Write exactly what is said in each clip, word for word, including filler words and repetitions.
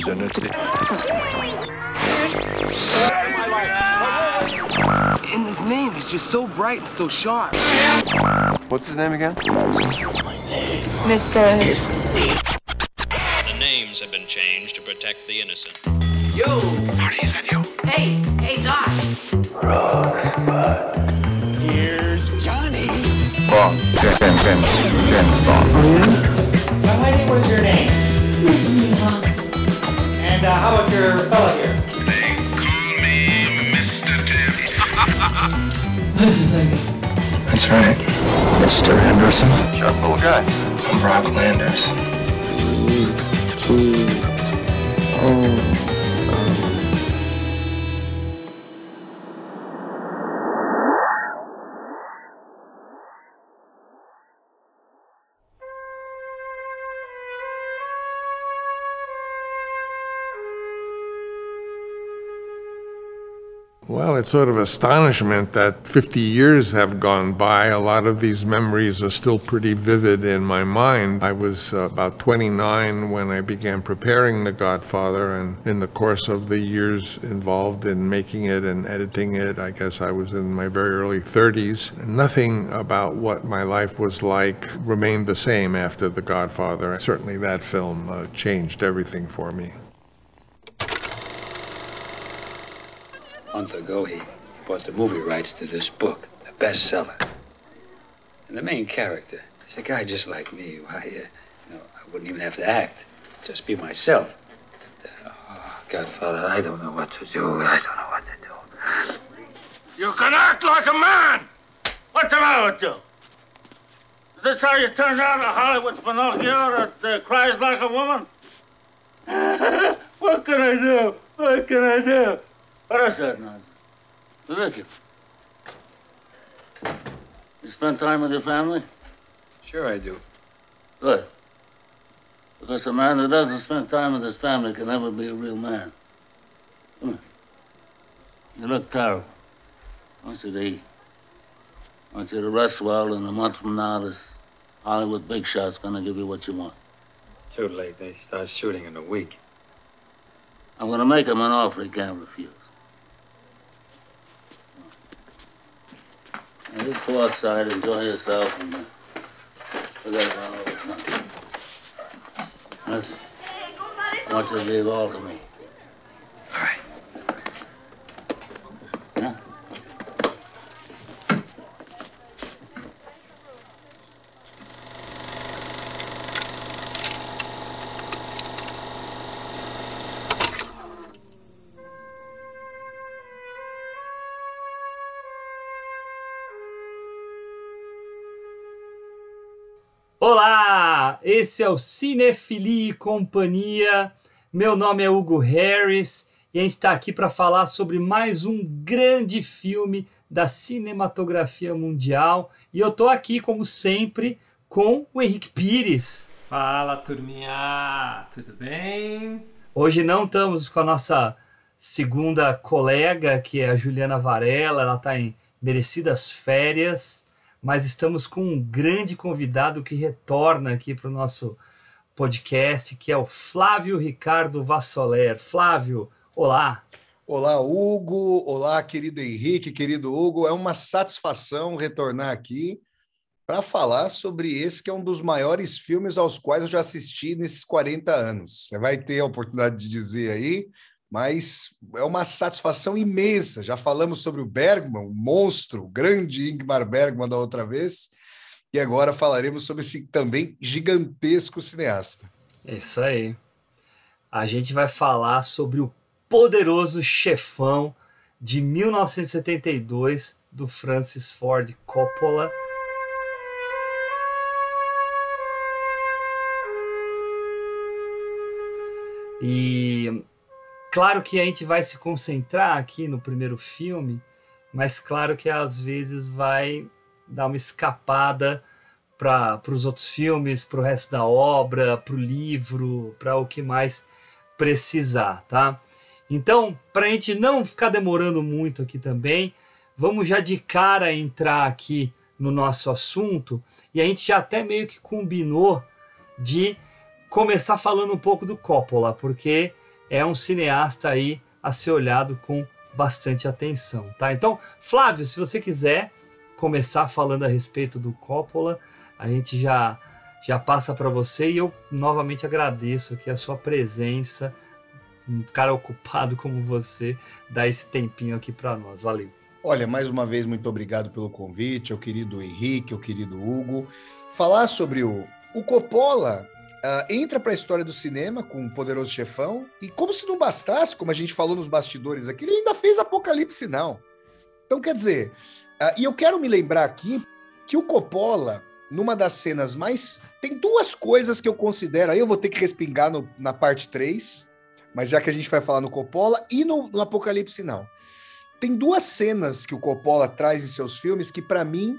And his name is just so bright and so sharp. What's his name again? Mister The names have been changed to protect the innocent. Yo! Marty, is that you? Hey, hey, Doc. Rosebud. Here's Johnny. Bond. James, James, James Bond. Young lady, what is your name? Missus Nichols. And uh, how about your fella here? They call me Mister Tibbs. That's right. Mister Henderson. Sharp little guy. I'm Brock Landers. Well, it's sort of astonishment that fifty years have gone by. A lot of these memories are still pretty vivid in my mind. I was uh, about twenty-nine when I began preparing The Godfather, and in the course of the years involved in making it and editing it, I guess I was in my very early thirties. Nothing about what my life was like remained the same after The Godfather. Certainly that film uh, changed everything for me. A month ago, he bought the movie rights to this book, a bestseller. And the main character is a guy just like me. Why, uh, you know, I wouldn't even have to act, just be myself. Uh, oh, Godfather, I don't know what to do. I don't know what to do. You can act like a man. What's the matter with you? Is this how you turned out a Hollywood Pinocchio that uh, cries like a woman? What can I do? What can I do? What is that nonsense? Ridiculous. You spend time with your family? Sure I do. Good. Because a man who doesn't spend time with his family can never be a real man. Come here. You look terrible. I want you to eat. I want you to rest well, and a month from now, this Hollywood big shot's gonna give you what you want. Too late. They start shooting in a week. I'm gonna make him an offer he can't refuse. Now, just go outside, enjoy yourself, and uh, forget about all this nonsense. Listen, I want you to leave all to me. All right. Yeah? Olá, esse é o Cinefilia e Companhia. Meu nome é Hugo Harris e a gente está aqui para falar sobre mais um grande filme da cinematografia mundial. E eu estou aqui, como sempre, com o Henrique Pires. Fala, turminha! Tudo bem? Hoje não estamos com a nossa segunda colega, que é a Juliana Varela. Ela está em merecidas férias. Mas estamos com um grande convidado que retorna aqui para o nosso podcast, que é o Flávio Ricardo Vassoler. Flávio, olá! Olá, Hugo! Olá, querido Henrique, querido Hugo! É uma satisfação retornar aqui para falar sobre esse que é um dos maiores filmes aos quais eu já assisti nesses quarenta anos. Você vai ter a oportunidade de dizer aí, mas é uma satisfação imensa. Já falamos sobre o Bergman, o monstro, o grande Ingmar Bergman da outra vez, e agora falaremos sobre esse também gigantesco cineasta. Isso aí. A gente vai falar sobre o Poderoso Chefão de mil novecentos e setenta e dois, do Francis Ford Coppola. E claro que a gente vai se concentrar aqui no primeiro filme, mas claro que às vezes vai dar uma escapada para os outros filmes, para o resto da obra, para o livro, para o que mais precisar, tá? Então, para a gente não ficar demorando muito aqui também, vamos já de cara entrar aqui no nosso assunto, e a gente já até meio que combinou de começar falando um pouco do Coppola, porque é um cineasta aí a ser olhado com bastante atenção, tá? Então, Flávio, se você quiser começar falando a respeito do Coppola, a gente já, já passa para você e eu novamente agradeço aqui a sua presença, um cara ocupado como você, dar esse tempinho aqui para nós. Valeu. Olha, mais uma vez, muito obrigado pelo convite, ao querido Henrique, ao querido Hugo. Falar sobre o, o Coppola uh, entra para a história do cinema com o Poderoso Chefão, e como se não bastasse, como a gente falou nos bastidores aqui, ele ainda fez Apocalipse Now. Então, quer dizer, uh, e eu quero me lembrar aqui que o Coppola, numa das cenas mais... Tem duas coisas que eu considero, aí eu vou ter que respingar no, na parte três, mas já que a gente vai falar no Coppola e no, no Apocalipse Now. Tem duas cenas que o Coppola traz em seus filmes que, para mim,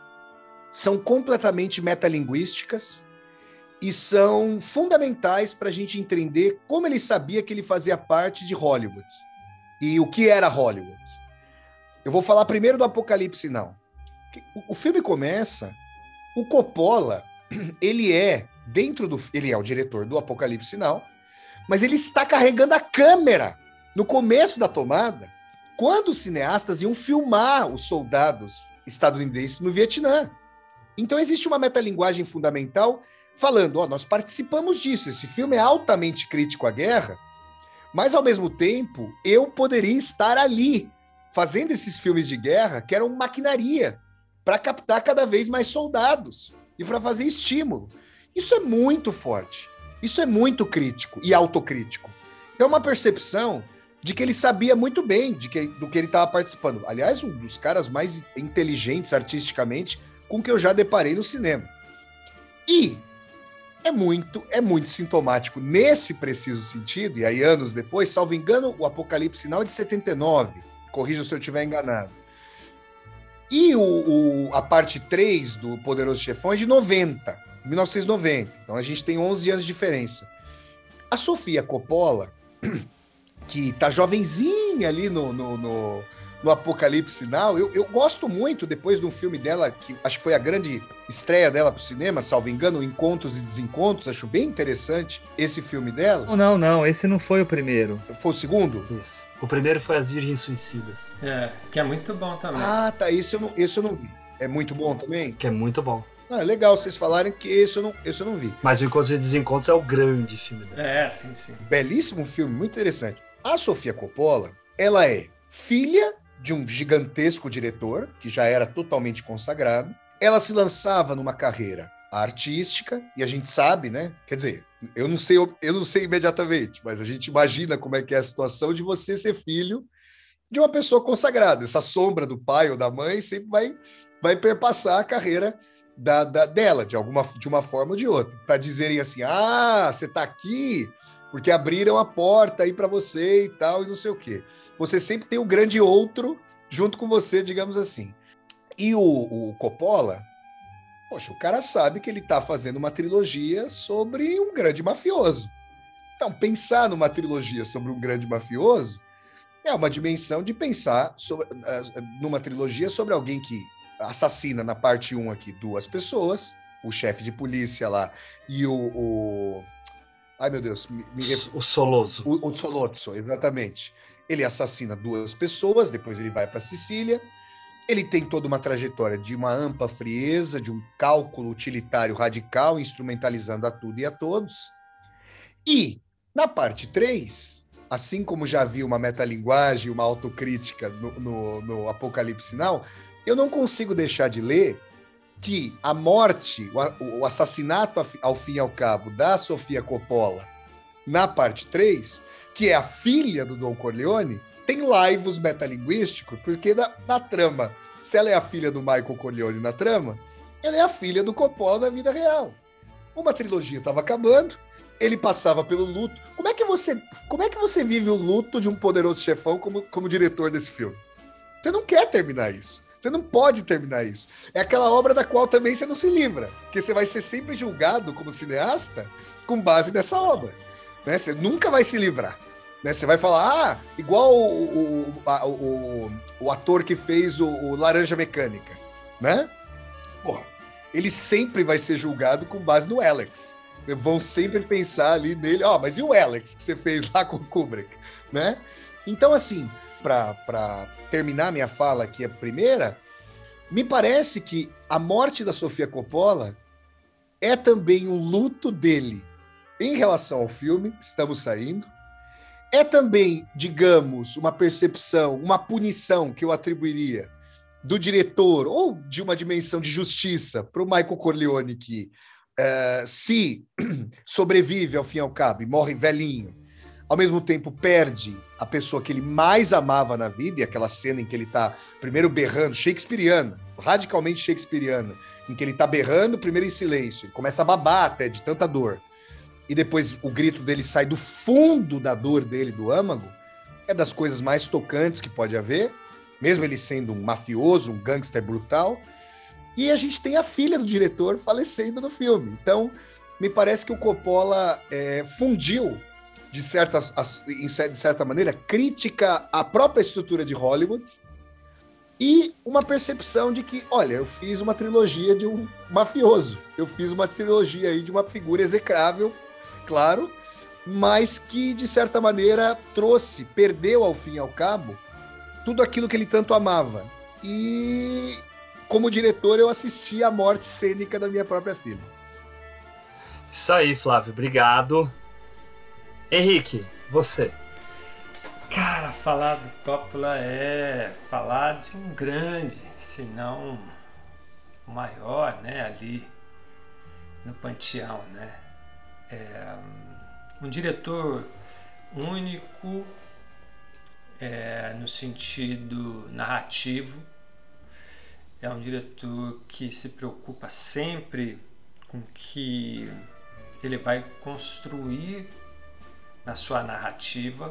são completamente metalinguísticas e são fundamentais para a gente entender como ele sabia que ele fazia parte de Hollywood e o que era Hollywood. Eu vou falar primeiro do Apocalipse Now. O, o filme começa, o Coppola, ele é, dentro do... Ele é o diretor do Apocalipse Now, mas ele está carregando a câmera no começo da tomada, quando os cineastas iam filmar os soldados estadunidenses no Vietnã. Então existe uma metalinguagem fundamental falando, ó, nós participamos disso, esse filme é altamente crítico à guerra, mas ao mesmo tempo eu poderia estar ali, fazendo esses filmes de guerra que eram maquinaria para captar cada vez mais soldados e para fazer estímulo. Isso é muito forte, isso é muito crítico e autocrítico. É uma percepção de que ele sabia muito bem de que, do que ele estava participando. Aliás, um dos caras mais inteligentes artisticamente com que eu já deparei no cinema. E é muito, é muito sintomático nesse preciso sentido, e aí anos depois, salvo engano, o Apocalipse Now é de setenta e nove, corrija se eu estiver enganado. E o, o, a parte três do Poderoso Chefão é de noventa, mil novecentos e noventa, então a gente tem onze anos de diferença. A Sofia Coppola... que tá jovenzinha ali no, no, no, no Apocalipse Now, eu, eu gosto muito, depois de um filme dela, que acho que foi a grande estreia dela pro cinema, salvo engano, Encontros e Desencontros, acho bem interessante esse filme dela. Não, não, não, esse não foi o primeiro. Foi o segundo? Isso. O primeiro foi As Virgens Suicidas. É, que é muito bom também. Ah, tá, esse eu não, esse eu não vi. É muito bom também? Que é muito bom. Ah, é legal vocês falarem que esse eu não, esse eu não vi. Mas o Encontros e Desencontros é o grande filme dela. É, sim, sim. Belíssimo filme, muito interessante. A Sofia Coppola, ela é filha de um gigantesco diretor, que já era totalmente consagrado. Ela se lançava numa carreira artística, e a gente sabe, né? Quer dizer, eu não sei, eu não sei imediatamente, mas a gente imagina como é que é a situação de você ser filho de uma pessoa consagrada. Essa sombra do pai ou da mãe sempre vai, vai perpassar a carreira da, da, dela, de, alguma, de uma forma ou de outra. Para dizerem assim, ah, você está aqui... porque abriram a porta aí para você e tal, e não sei o quê. Você sempre tem o grande outro junto com você, digamos assim. E o, o Coppola, poxa, o cara sabe que ele está fazendo uma trilogia sobre um grande mafioso. Então, pensar numa trilogia sobre um grande mafioso é uma dimensão de pensar sobre, numa trilogia sobre alguém que assassina, na parte um aqui, duas pessoas, o chefe de polícia lá e o... o Ai, meu Deus. Me, me... O Soloso. O, o Solozzo, exatamente. Ele assassina duas pessoas, depois ele vai para Sicília. Ele tem toda uma trajetória de uma ampla frieza, de um cálculo utilitário radical, instrumentalizando a tudo e a todos. E, na parte três, assim como já vi uma metalinguagem, uma autocrítica no, no, no Apocalipse Now, eu não consigo deixar de ler que a morte, o assassinato ao fim e ao cabo da Sofia Coppola na parte três, que é a filha do Don Corleone, tem laivos metalinguísticos, porque na, na trama, se ela é a filha do Michael Corleone na trama, ela é a filha do Coppola na vida real. Uma trilogia estava acabando, ele passava pelo luto. Como é que você, como é que você vive o luto de um Poderoso Chefão como, como diretor desse filme? Você não quer terminar isso. Você não pode terminar isso. É aquela obra da qual também você não se livra, porque você vai ser sempre julgado como cineasta com base nessa obra. Né? Você nunca vai se livrar. Né? Você vai falar, ah, igual o, o, a, o, o ator que fez o, o Laranja Mecânica. Né? Porra, ele sempre vai ser julgado com base no Alex. Vão sempre pensar ali nele, ó, oh, mas e o Alex que você fez lá com o Kubrick, né? Então, assim, para terminar minha fala aqui, a primeira, me parece que a morte da Sofia Coppola é também um luto dele em relação ao filme, estamos saindo, é também, digamos, uma percepção, uma punição que eu atribuiria do diretor ou de uma dimensão de justiça para o Michael Corleone que uh, se sobrevive ao fim e ao cabo e morre velhinho, ao mesmo tempo perde a pessoa que ele mais amava na vida, e aquela cena em que ele está primeiro berrando, shakespeariana, radicalmente shakespeariana, em que ele está berrando primeiro em silêncio, ele começa a babar até de tanta dor, e depois o grito dele sai do fundo da dor dele, do âmago, é das coisas mais tocantes que pode haver, mesmo ele sendo um mafioso, um gangster brutal, e a gente tem a filha do diretor falecendo no filme. Então, me parece que o Coppola é, fundiu, de certa, de certa maneira, crítica à própria estrutura de Hollywood e uma percepção de que, olha, eu fiz uma trilogia de um mafioso, eu fiz uma trilogia aí de uma figura execrável, claro, mas que, de certa maneira, trouxe, perdeu ao fim e ao cabo, tudo aquilo que ele tanto amava. E, como diretor, eu assisti à morte cênica da minha própria filha. Isso aí, Flávio. Obrigado. Henrique, você. Cara, falar do Coppola é falar de um grande, se não o maior, né, ali no panteão, né? É um diretor único, é, no sentido narrativo. É um diretor que se preocupa sempre com que ele vai construir na sua narrativa.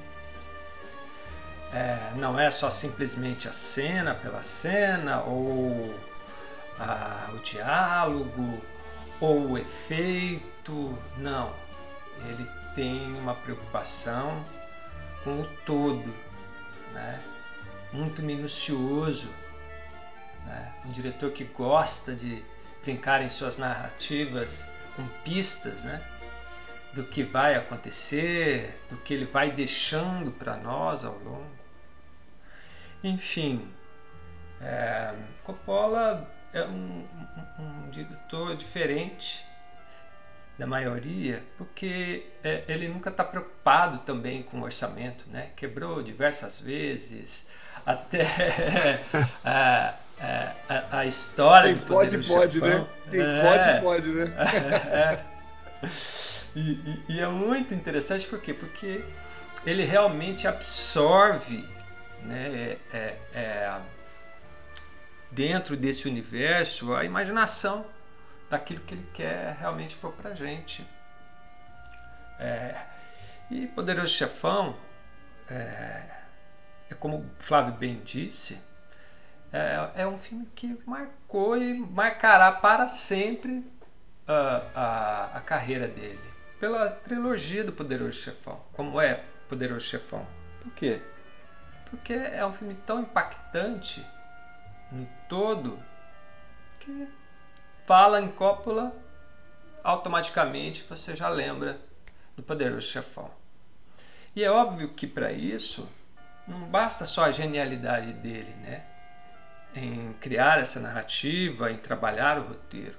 É, não é só simplesmente a cena pela cena, ou a, o diálogo, ou o efeito. Não. Ele tem uma preocupação com o todo, né? Muito minucioso, né? Um diretor que gosta de brincar em suas narrativas com pistas, né? Do que vai acontecer, do que ele vai deixando para nós ao longo. Enfim, é, Coppola é um, um, um diretor diferente da maioria, porque é, ele nunca está preocupado também com o orçamento, né? Quebrou diversas vezes, até a, a, a história Quem do pode, pode, Chefão, né? Quem é, pode, pode, né? É, e, e, e é muito interessante, por quê? Porque ele realmente absorve, né, é, é, dentro desse universo a imaginação daquilo que ele quer realmente pôr pra gente. É, e Poderoso Chefão, é, é como o Flávio bem disse, é, é um filme que marcou e marcará para sempre a, a, a carreira dele. Pela trilogia do Poderoso Chefão. Como é Poderoso Chefão? Por quê? Porque é um filme tão impactante no todo que fala em Coppola, automaticamente você já lembra do Poderoso Chefão. E é óbvio que para isso não basta só a genialidade dele, né? Em criar essa narrativa, em trabalhar o roteiro.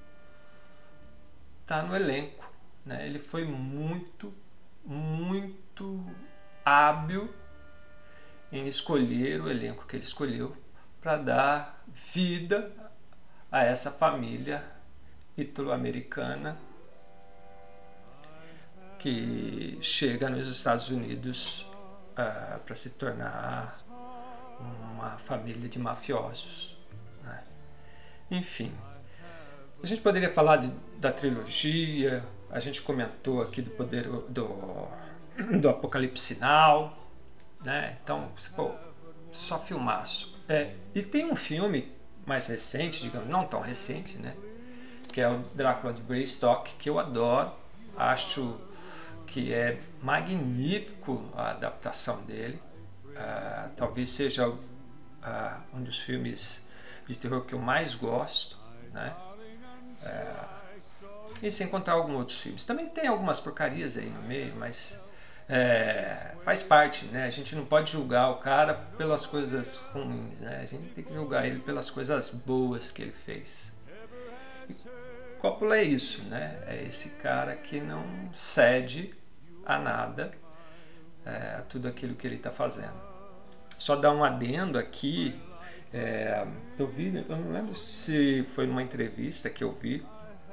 Está no elenco, né? Ele foi muito, muito hábil em escolher o elenco que ele escolheu para dar vida a essa família italo-americana que chega nos Estados Unidos uh, para se tornar uma família de mafiosos, né? Enfim, a gente poderia falar de, da trilogia, a gente comentou aqui do poder do, do Apocalipse Now, né? Então, pô, só filmaço. É, e tem um filme mais recente, digamos, não tão recente, né? Que é o Drácula de Bram Stoker, que eu adoro, acho que é magnífico a adaptação dele. Uh, talvez seja uh, um dos filmes de terror que eu mais gosto, né? Uh, e sem contar alguns outros filmes. Também tem algumas porcarias aí no meio, mas é, faz parte, né? A gente não pode julgar o cara pelas coisas ruins, né? A gente tem que julgar ele pelas coisas boas que ele fez. E Coppola é isso, né? É esse cara que não cede a nada, é, a tudo aquilo que ele está fazendo. Só dar um adendo aqui, é, eu vi, eu não lembro se foi numa entrevista que eu vi,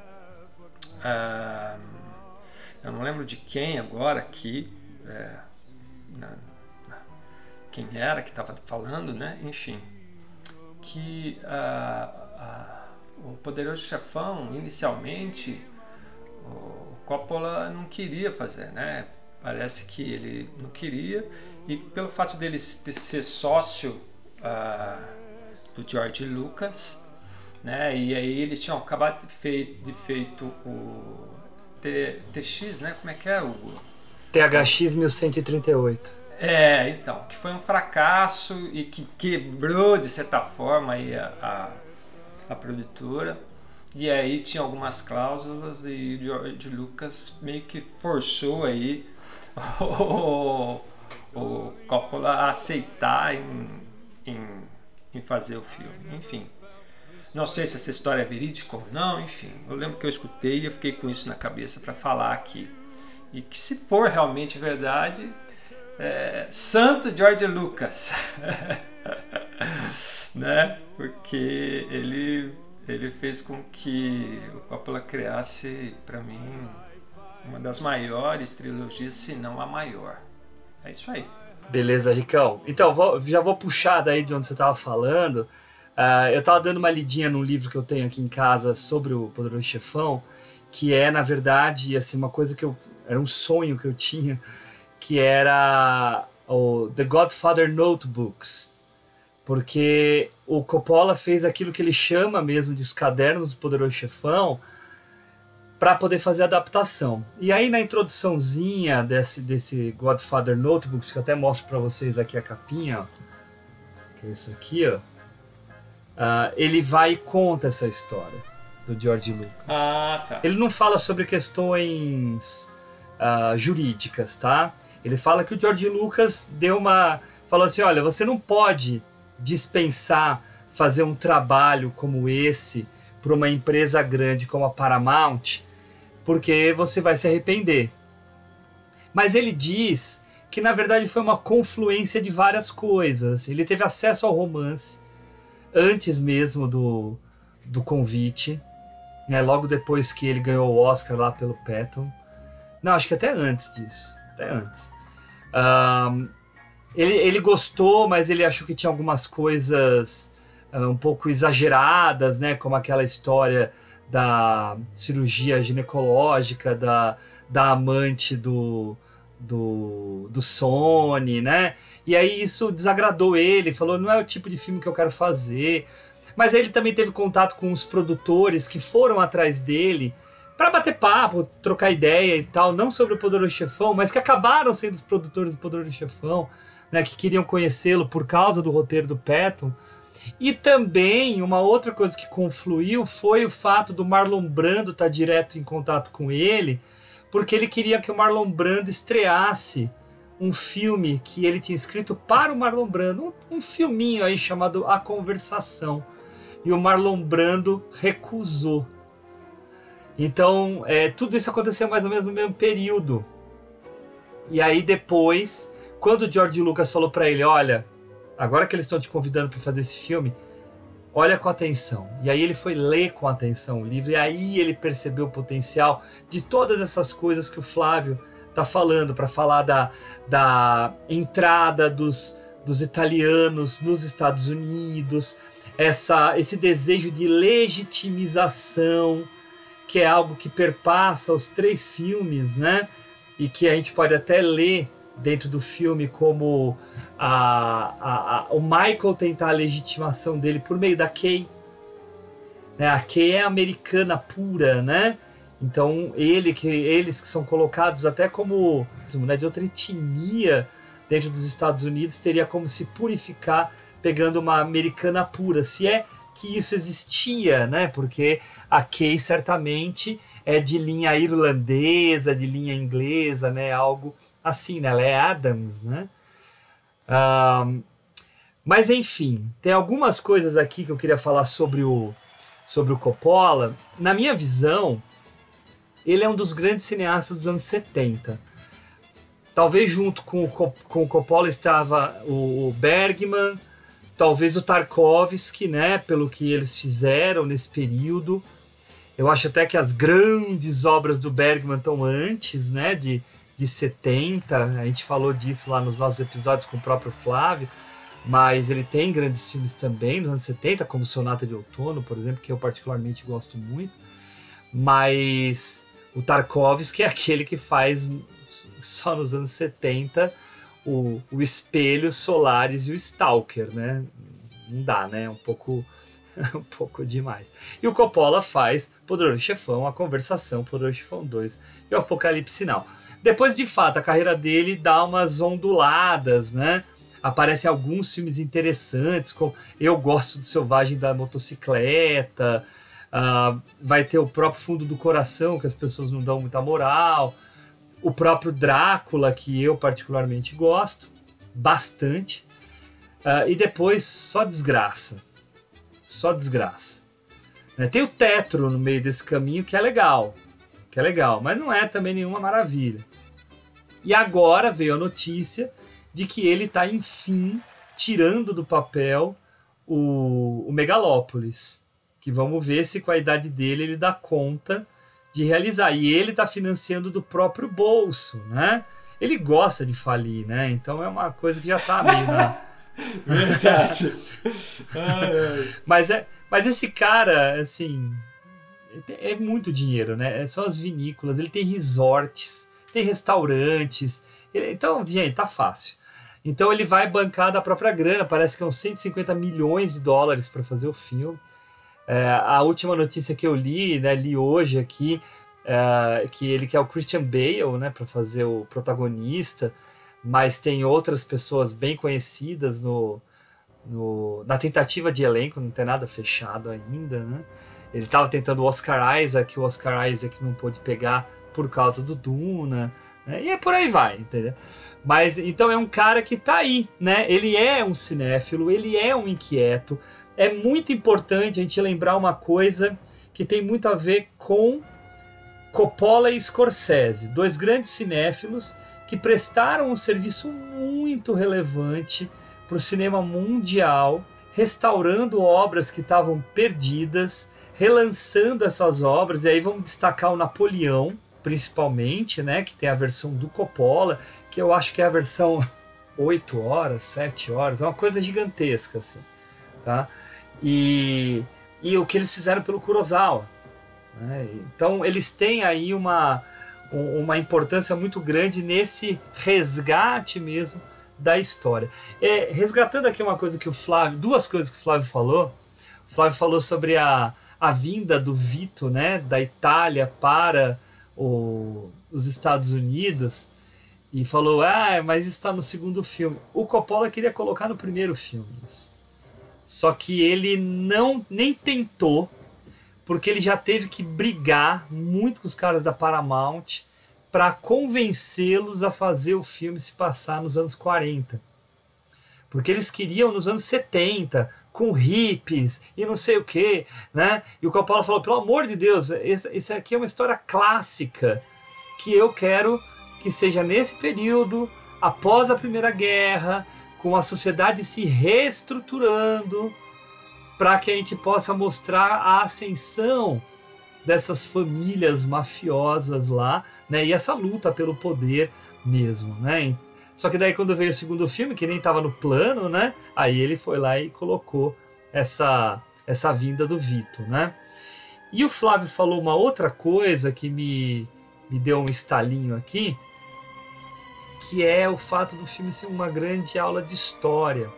é, eu não lembro de quem agora aqui, é, na, na, quem era que estava falando, né? Enfim, que a, a, o Poderoso Chefão, inicialmente, o Coppola não queria fazer, né? Parece que ele não queria, e pelo fato dele ser sócio uh, do George Lucas, né? E aí eles tinham acabado de feito, de feito o T, TX, né? Como é que é o T H X mil cento e trinta e oito. É, então, que foi um fracasso e que quebrou de certa forma aí a, a, a produtora. E aí tinha algumas cláusulas e George Lucas meio que forçou aí o, o Coppola a aceitar em, em, em fazer o filme. Enfim, não sei se essa história é verídica ou não, enfim. Eu lembro que eu escutei e eu fiquei com isso na cabeça para falar aqui. E que se for realmente verdade, é, santo George Lucas, né? Porque ele... ele fez com que o Coppola criasse, para mim, uma das maiores trilogias, se não a maior. É isso aí. Beleza, Ricão. Então, vou, já vou puxar daí de onde você estava falando. Uh, eu estava dando uma lidinha num livro que eu tenho aqui em casa sobre o Poderoso Chefão, que é, na verdade, assim, uma coisa que eu... era um sonho que eu tinha, que era o The Godfather Notebooks. Porque o Coppola fez aquilo que ele chama mesmo de os cadernos do Poderoso Chefão para poder fazer a adaptação. E aí na introduçãozinha desse, desse Godfather Notebooks, que eu até mostro para vocês aqui a capinha, ó, que é isso aqui, ó, uh, ele vai e conta essa história do George Lucas. Ah, tá. Ele não fala sobre questões uh, jurídicas, tá? Ele fala que o George Lucas deu uma... falou assim, olha, você não pode dispensar fazer um trabalho como esse para uma empresa grande como a Paramount, porque você vai se arrepender. Mas ele diz que na verdade foi uma confluência de várias coisas. Ele teve acesso ao romance antes mesmo do, do convite, né? Logo depois que ele ganhou o Oscar lá pelo Patton. Não, acho que até antes disso, até antes. Um, Ele, ele gostou, mas ele achou que tinha algumas coisas uh, um pouco exageradas, né? Como aquela história da cirurgia ginecológica da, da amante do, do, do Sony, né? E aí isso desagradou ele, falou, não é o tipo de filme que eu quero fazer. Mas aí ele também teve contato com os produtores que foram atrás dele para bater papo, trocar ideia e tal, não sobre o Poderoso Chefão, mas que acabaram sendo os produtores do Poderoso Chefão, né, que queriam conhecê-lo por causa do roteiro do Patton. E também uma outra coisa que confluiu foi o fato do Marlon Brando estar direto em contato com ele, porque ele queria que o Marlon Brando estreasse um filme que ele tinha escrito para o Marlon Brando, um, um filminho aí chamado A Conversação, e o Marlon Brando recusou. Então, é, tudo isso aconteceu mais ou menos no mesmo período. E aí depois, quando o George Lucas falou para ele, olha, agora que eles estão te convidando para fazer esse filme, olha com atenção. E aí ele foi ler com atenção o livro, e aí ele percebeu o potencial de todas essas coisas que o Flávio está falando, para falar da, da entrada dos, dos italianos nos Estados Unidos, essa, esse desejo de legitimização, que é algo que perpassa os três filmes, né? E que a gente pode até ler dentro do filme como a, a, a, o Michael tentar a legitimação dele por meio da Kay. Né? A Kay é americana pura, né? Então ele, que, eles que são colocados até como, né, de outra etnia dentro dos Estados Unidos, teria como se purificar pegando uma americana pura, se é que isso existia, né? Porque a Kay certamente é de linha irlandesa, de linha inglesa, né? Algo assim, né? Ela é Adams, né? Um, mas enfim, tem algumas coisas aqui que eu queria falar sobre o, sobre o Coppola. Na minha visão, ele é um dos grandes cineastas dos anos setenta. Talvez junto com o, com o Coppola estava o Bergman, talvez o Tarkovsky, né, pelo que eles fizeram nesse período. Eu acho até que as grandes obras do Bergman estão antes, né, de, de setenta. A gente falou disso lá nos nossos episódios com o próprio Flávio, mas ele tem grandes filmes também nos anos setenta, como Sonata de Outono, por exemplo, que eu particularmente gosto muito. Mas o Tarkovsky é aquele que faz só nos anos setenta o, o Espelho, Solaris e o Stalker, né? Não dá, né? Um pouco, um pouco demais. E o Coppola faz Poderoso Chefão, A Conversação, Poderoso Chefão dois e o Apocalipse Sinal. Depois, de fato, a carreira dele dá umas onduladas, né? Aparecem alguns filmes interessantes, como Eu Gosto do Selvagem da Motocicleta, uh, vai ter o próprio Fundo do Coração, que as pessoas não dão muita moral, o próprio Drácula, que eu particularmente gosto, bastante, uh, e depois só desgraça, só desgraça. Né? Tem o Tetro no meio desse caminho, que é legal, que é legal, mas não é também nenhuma maravilha. E agora veio a notícia de que ele está, enfim, tirando do papel o, o Megalópolis, que vamos ver se com a idade dele ele dá conta de realizar. E ele está financiando do próprio bolso, né? Ele gosta de falir, né? Então é uma coisa que já está meio na... Verdade. ai, ai. Mas, é, mas esse cara, assim, é muito dinheiro, né? São as vinícolas, ele tem resorts, tem restaurantes. Ele, então, gente, tá fácil. Então ele vai bancar da própria grana, parece que é uns cento e cinquenta milhões de dólares para fazer o filme. É, a última notícia que eu li, né, li hoje aqui, é, que ele quer o Christian Bale, né, para fazer o protagonista, mas tem outras pessoas bem conhecidas no, no, na tentativa de elenco, não tem nada fechado ainda, né? Ele estava tentando o Oscar Isaac, o Oscar Isaac não pôde pegar por causa do Duna, né? E é por aí vai, entendeu? Mas então é um cara que tá aí, né? Ele é um cinéfilo, ele é um inquieto. É muito importante a gente lembrar uma coisa que tem muito a ver com Coppola e Scorsese, dois grandes cinéfilos que prestaram um serviço muito relevante para o cinema mundial, restaurando obras que estavam perdidas, relançando essas obras. E aí vamos destacar o Napoleão, principalmente, né, que tem a versão do Coppola, que eu acho que é a versão oito horas, sete horas, é uma coisa gigantesca, assim, tá? E, e o que eles fizeram pelo Kurosawa, né? Então eles têm aí uma, uma importância muito grande nesse resgate mesmo da história. É, resgatando aqui uma coisa que o Flávio, duas coisas que o Flávio falou. O Flávio falou sobre a, a vinda do Vito, né, da Itália para o, os Estados Unidos, e falou, ah, mas está no segundo filme. O Coppola queria colocar no primeiro filme isso. Só que ele não nem tentou, porque ele já teve que brigar muito com os caras da Paramount para convencê-los a fazer o filme se passar nos anos quarenta. Porque eles queriam nos anos setenta, com hippies e não sei o que, né? E o Coppola falou, pelo amor de Deus, isso aqui é uma história clássica que eu quero que seja nesse período, após a Primeira Guerra, com a sociedade se reestruturando, para que a gente possa mostrar a ascensão dessas famílias mafiosas lá, né? E essa luta pelo poder mesmo, né? Só que daí quando veio o segundo filme, que nem estava no plano, né? Aí ele foi lá e colocou essa, essa vinda do Vito, né? E o Flávio falou uma outra coisa que me, me deu um estalinho aqui, que é o fato do filme ser uma grande aula de história.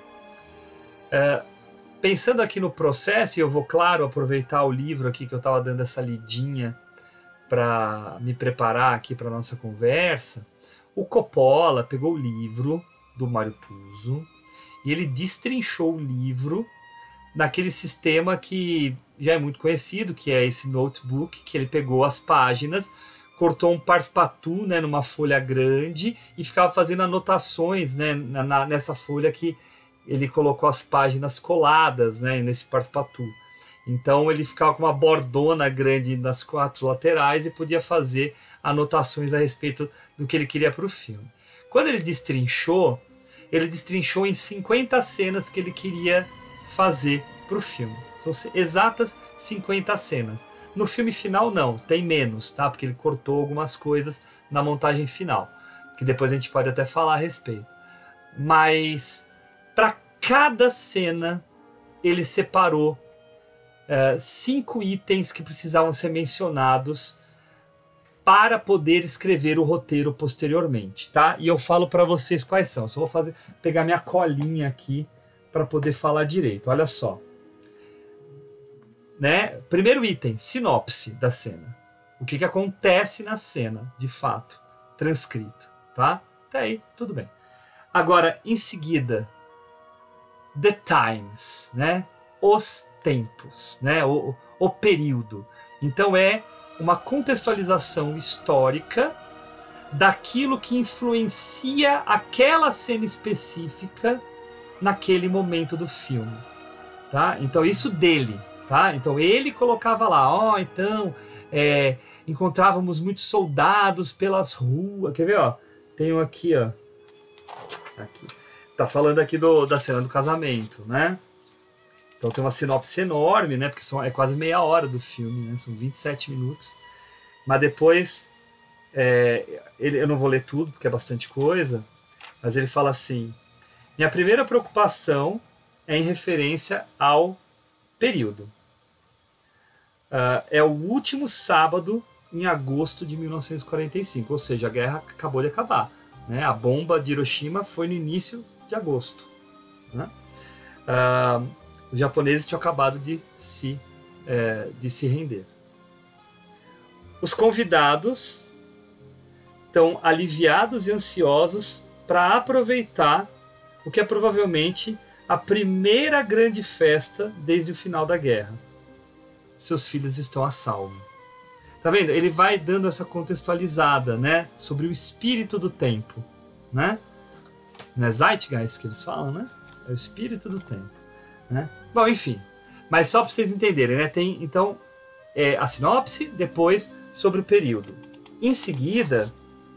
É, pensando aqui no processo, e eu vou, claro, aproveitar o livro aqui que eu estava dando essa lidinha para me preparar aqui para a nossa conversa, o Coppola pegou o livro do Mário Puzo e ele destrinchou o livro naquele sistema que já é muito conhecido, que é esse notebook, que ele pegou as páginas, cortou um parsepatu, né, numa folha grande e ficava fazendo anotações, né, na, na, nessa folha que ele colocou as páginas coladas, né, nesse parsepatu. Então ele ficava com uma bordona grande nas quatro laterais e podia fazer anotações a respeito do que ele queria para o filme. Quando ele destrinchou, ele destrinchou em cinquenta cenas que ele queria fazer para o filme. São exatas cinquenta cenas. No filme final não, tem menos, tá? Porque ele cortou algumas coisas na montagem final, que depois a gente pode até falar a respeito. Mas para cada cena ele separou uh, cinco itens que precisavam ser mencionados para poder escrever o roteiro posteriormente, tá? E eu falo para vocês quais são. Só vou fazer, pegar minha colinha aqui para poder falar direito. Olha só. Né? Primeiro item, sinopse da cena. O que, que acontece na cena, de fato, transcrito, tá? Até aí, tudo bem. Agora, em seguida, the times, né? Os tempos, né? O, o período. Então é uma contextualização histórica daquilo que influencia aquela cena específica naquele momento do filme, tá? Então isso dele, tá? Então ele colocava lá, ó, oh, então é, encontrávamos muitos soldados pelas ruas, quer ver, ó? Tenho aqui, ó, aqui. Tá falando aqui do, da cena do casamento, né? Então tem uma sinopse enorme, né? Porque são, é quase meia hora do filme, né? São vinte e sete minutos. Mas depois, é, ele, eu não vou ler tudo, porque é bastante coisa, mas ele fala assim: minha primeira preocupação é em referência ao período. Uh, é o último sábado em agosto de mil novecentos e quarenta e cinco, ou seja, a guerra acabou de acabar, né? A bomba de Hiroshima foi no início de agosto, né? Uh, os japoneses tinham acabado de se, é, de se render. Os convidados estão aliviados e ansiosos para aproveitar o que é provavelmente a primeira grande festa desde o final da guerra. Seus filhos estão a salvo. Tá vendo? Ele vai dando essa contextualizada, né, sobre o espírito do tempo, né? Não é Zeitgeist que eles falam, né? É o espírito do tempo, né? Bom, enfim. Mas só para vocês entenderem, né? Tem, então, é, a sinopse, depois sobre o período. Em seguida,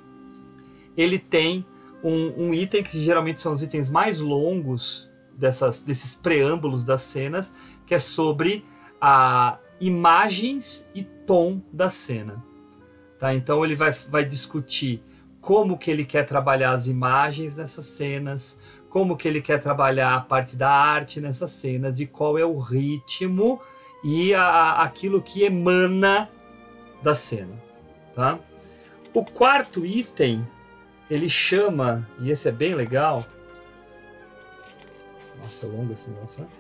ele tem um, um item que geralmente são os itens mais longos dessas, desses preâmbulos das cenas, que é sobre a imagens e tom da cena. Tá? Então ele vai, vai discutir como que ele quer trabalhar as imagens nessas cenas, como que ele quer trabalhar a parte da arte nessas cenas e qual é o ritmo e a, aquilo que emana da cena. Tá? O quarto item, ele chama, e esse é bem legal, nossa, é longo esse negócio, né?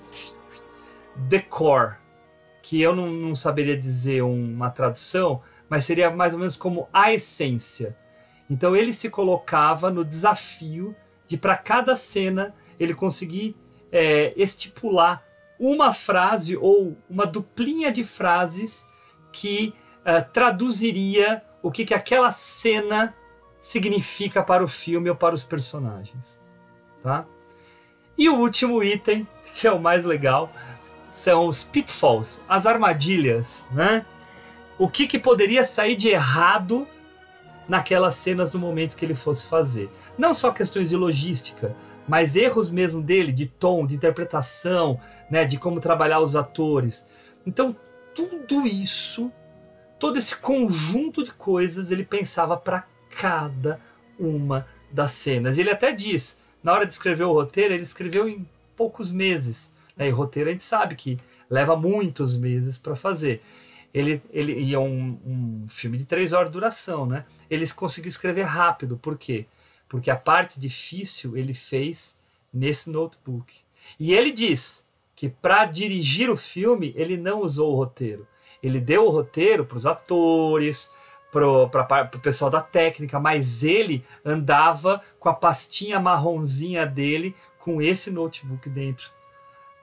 Decor, que eu não, não saberia dizer uma tradução, mas seria mais ou menos como a essência. Então ele se colocava no desafio de, para cada cena, ele conseguir é, estipular uma frase ou uma duplinha de frases que uh, traduziria o que, que aquela cena significa para o filme ou para os personagens. Tá? E o último item, que é o mais legal, são os pitfalls, as armadilhas, né? O que, que poderia sair de errado naquelas cenas no momento que ele fosse fazer. Não só questões de logística, mas erros mesmo dele, de tom, de interpretação, né, de como trabalhar os atores. Então, tudo isso, todo esse conjunto de coisas, ele pensava para cada uma das cenas. Ele até diz, na hora de escrever o roteiro, ele escreveu em poucos meses. Né? E roteiro a gente sabe que leva muitos meses para fazer. Ele, ele e é um, um filme de três horas de duração, né? Ele conseguiu escrever rápido. Por quê? Porque a parte difícil ele fez nesse notebook. E ele diz que para dirigir o filme ele não usou o roteiro. Ele deu o roteiro para os atores, para o pessoal da técnica, mas ele andava com a pastinha marronzinha dele com esse notebook dentro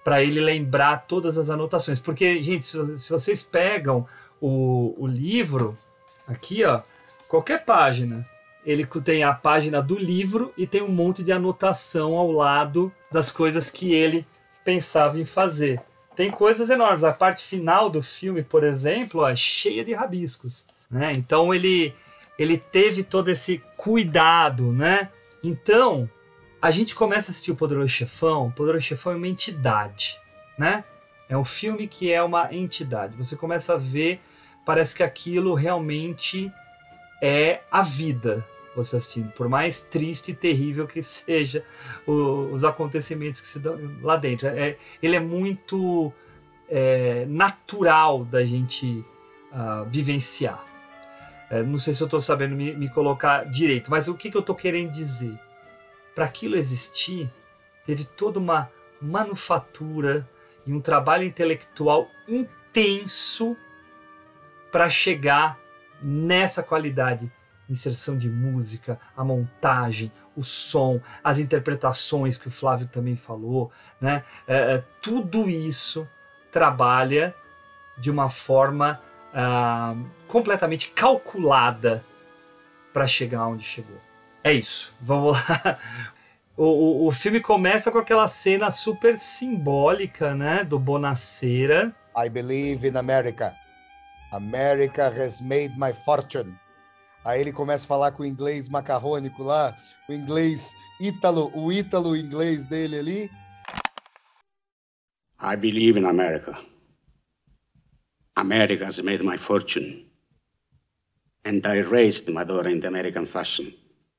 para ele lembrar todas as anotações. Porque, gente, se, se vocês pegam o, o livro, aqui, ó, qualquer página, ele tem a página do livro e tem um monte de anotação ao lado das coisas que ele pensava em fazer. Tem coisas enormes. A parte final do filme, por exemplo, ó, é cheia de rabiscos, né? Então ele, ele teve todo esse cuidado, né? Então, a gente começa a assistir o Poderoso Chefão. O Poderoso Chefão é uma entidade, né? É um filme que é uma entidade. Você começa a ver, parece que aquilo realmente é a vida, você assistindo. Por mais triste e terrível que seja o, os acontecimentos que se dão lá dentro. É, ele é muito é, natural da gente uh, vivenciar. É, não sei se eu estou sabendo me, me colocar direito, mas o que, que eu estou querendo dizer? Para aquilo existir, teve toda uma manufatura e um trabalho intelectual intenso para chegar nessa qualidade. Inserção de música, a montagem, o som, as interpretações que o Flávio também falou, né? É, tudo isso trabalha de uma forma ah, completamente calculada para chegar onde chegou. É isso, vamos lá. O, o, o filme começa com aquela cena super simbólica, né, do Bonacera. I believe in America. America has made my fortune. Aí ele começa a falar com o inglês macarrônico lá, o inglês ítalo, o ítalo inglês dele ali. I believe in America. America has made my fortune. And I raised my daughter in the American fashion.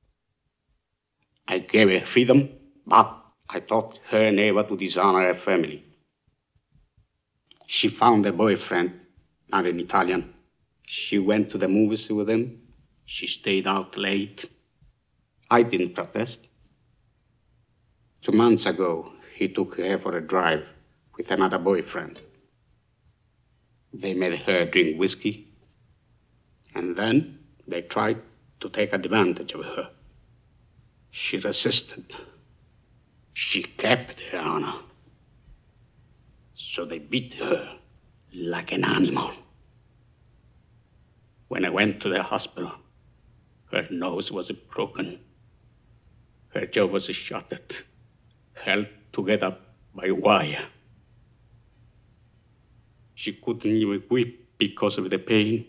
I gave her freedom, but I taught her never to dishonor her family. She found a boyfriend, not an Italian. She went to the movies with him. She stayed out late. I didn't protest. Two months ago, he took her for a drive with another boyfriend. They made her drink whiskey, and then they tried to take advantage of her. She resisted. She kept her honor. So they beat her like an animal. When I went to the hospital, her nose was broken. Her jaw was shattered, held together by wire. She couldn't even weep because of the pain.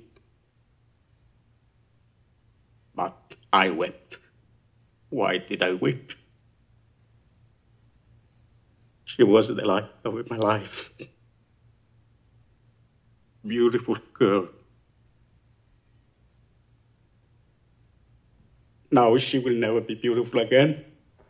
But I wept. Why did I weep? She was the light of my life. Beautiful girl. Now she will never be beautiful again.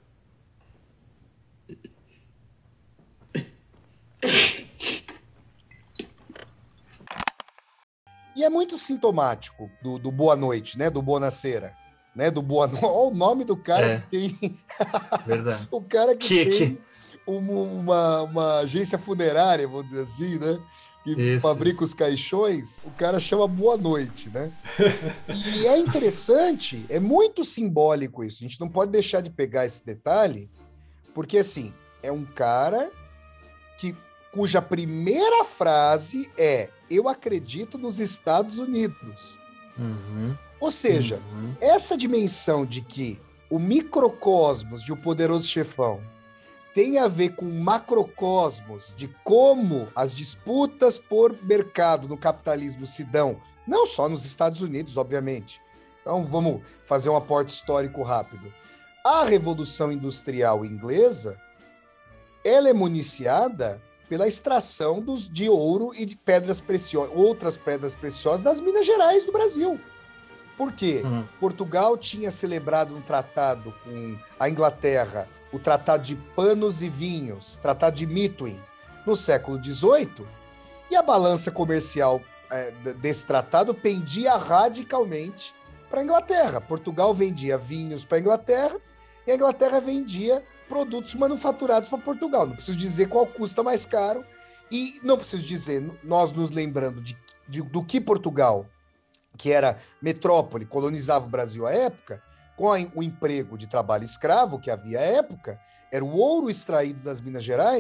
E é muito sintomático do, do Boa Noite, né? Do Bonacera, né? Do Boa Noite. Olha o nome do cara é. que tem. Verdade. O cara que, que tem que... Uma, uma, uma agência funerária, vamos dizer assim, né? Que isso, fabrica isso. os caixões, o cara chama Boa Noite, né? E é interessante, é muito simbólico isso. A gente não pode deixar de pegar esse detalhe, porque assim, é um cara que cuja primeira frase é: eu acredito nos Estados Unidos. Uhum. Ou seja, uhum. essa dimensão de que o microcosmos de O Poderoso Chefão tem a ver com o macrocosmos de como as disputas por mercado no capitalismo se dão, não só nos Estados Unidos, obviamente. Então vamos fazer um aporte histórico rápido. A Revolução Industrial Inglesa, ela é municiada pela extração dos, de ouro e de pedras preciosas, outras pedras preciosas das Minas Gerais do Brasil. Por quê? Uhum. Portugal tinha celebrado um tratado com a Inglaterra, o Tratado de Panos e Vinhos, Tratado de Methuen, no século dezoito, e a balança comercial é, desse tratado pendia radicalmente para a Inglaterra. Portugal vendia vinhos para a Inglaterra e a Inglaterra vendia produtos manufaturados para Portugal. Não preciso dizer qual custa mais caro e não preciso dizer, nós nos lembrando de, de, do que Portugal, que era metrópole, colonizava o Brasil à época, com a, o emprego de trabalho escravo que havia à época, era o ouro extraído das Minas Gerais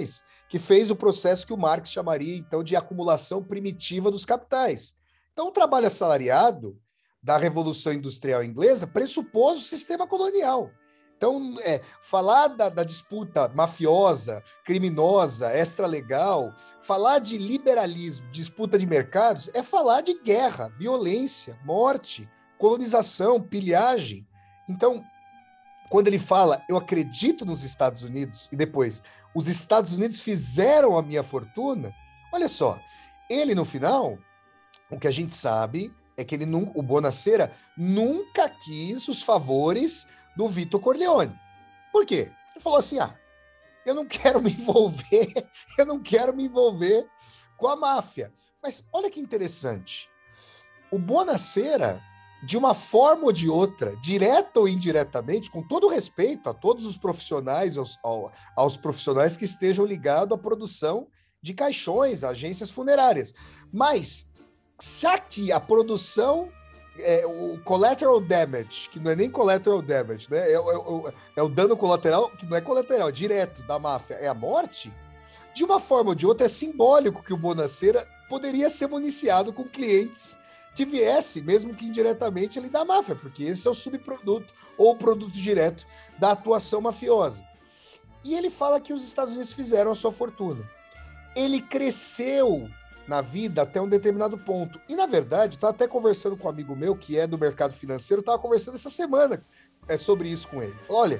que fez o processo que o Marx chamaria, então, de acumulação primitiva dos capitais. Então, o trabalho assalariado da Revolução Industrial Inglesa pressupôs o sistema colonial. Então, é, falar da, da disputa mafiosa, criminosa, extralegal, falar de liberalismo, disputa de mercados, é falar de guerra, violência, morte, colonização, pilhagem. Então, quando ele fala, eu acredito nos Estados Unidos, e depois, os Estados Unidos fizeram a minha fortuna, olha só, ele no final, o que a gente sabe é que ele, o Bonacera nunca quis os favores do Vito Corleone. Por quê? Ele falou assim, ah, eu não quero me envolver, eu não quero me envolver com a máfia. Mas olha que interessante, o Bonacera, de uma forma ou de outra, direta ou indiretamente, com todo respeito a todos os profissionais, aos, aos profissionais que estejam ligados à produção de caixões, agências funerárias, mas já que a produção, é, o collateral damage, que não é nem collateral damage, né? É, é, é, é o dano colateral, que não é colateral, é direto da máfia, é a morte, de uma forma ou de outra é simbólico que o Bonacera poderia ser municiado com clientes que viesse, mesmo que indiretamente, ele da máfia, porque esse é o subproduto ou o produto direto da atuação mafiosa. E ele fala que os Estados Unidos fizeram a sua fortuna. Ele cresceu na vida até um determinado ponto. E, na verdade, estava até conversando com um amigo meu, que é do mercado financeiro, estava conversando essa semana é, sobre isso com ele. Olha,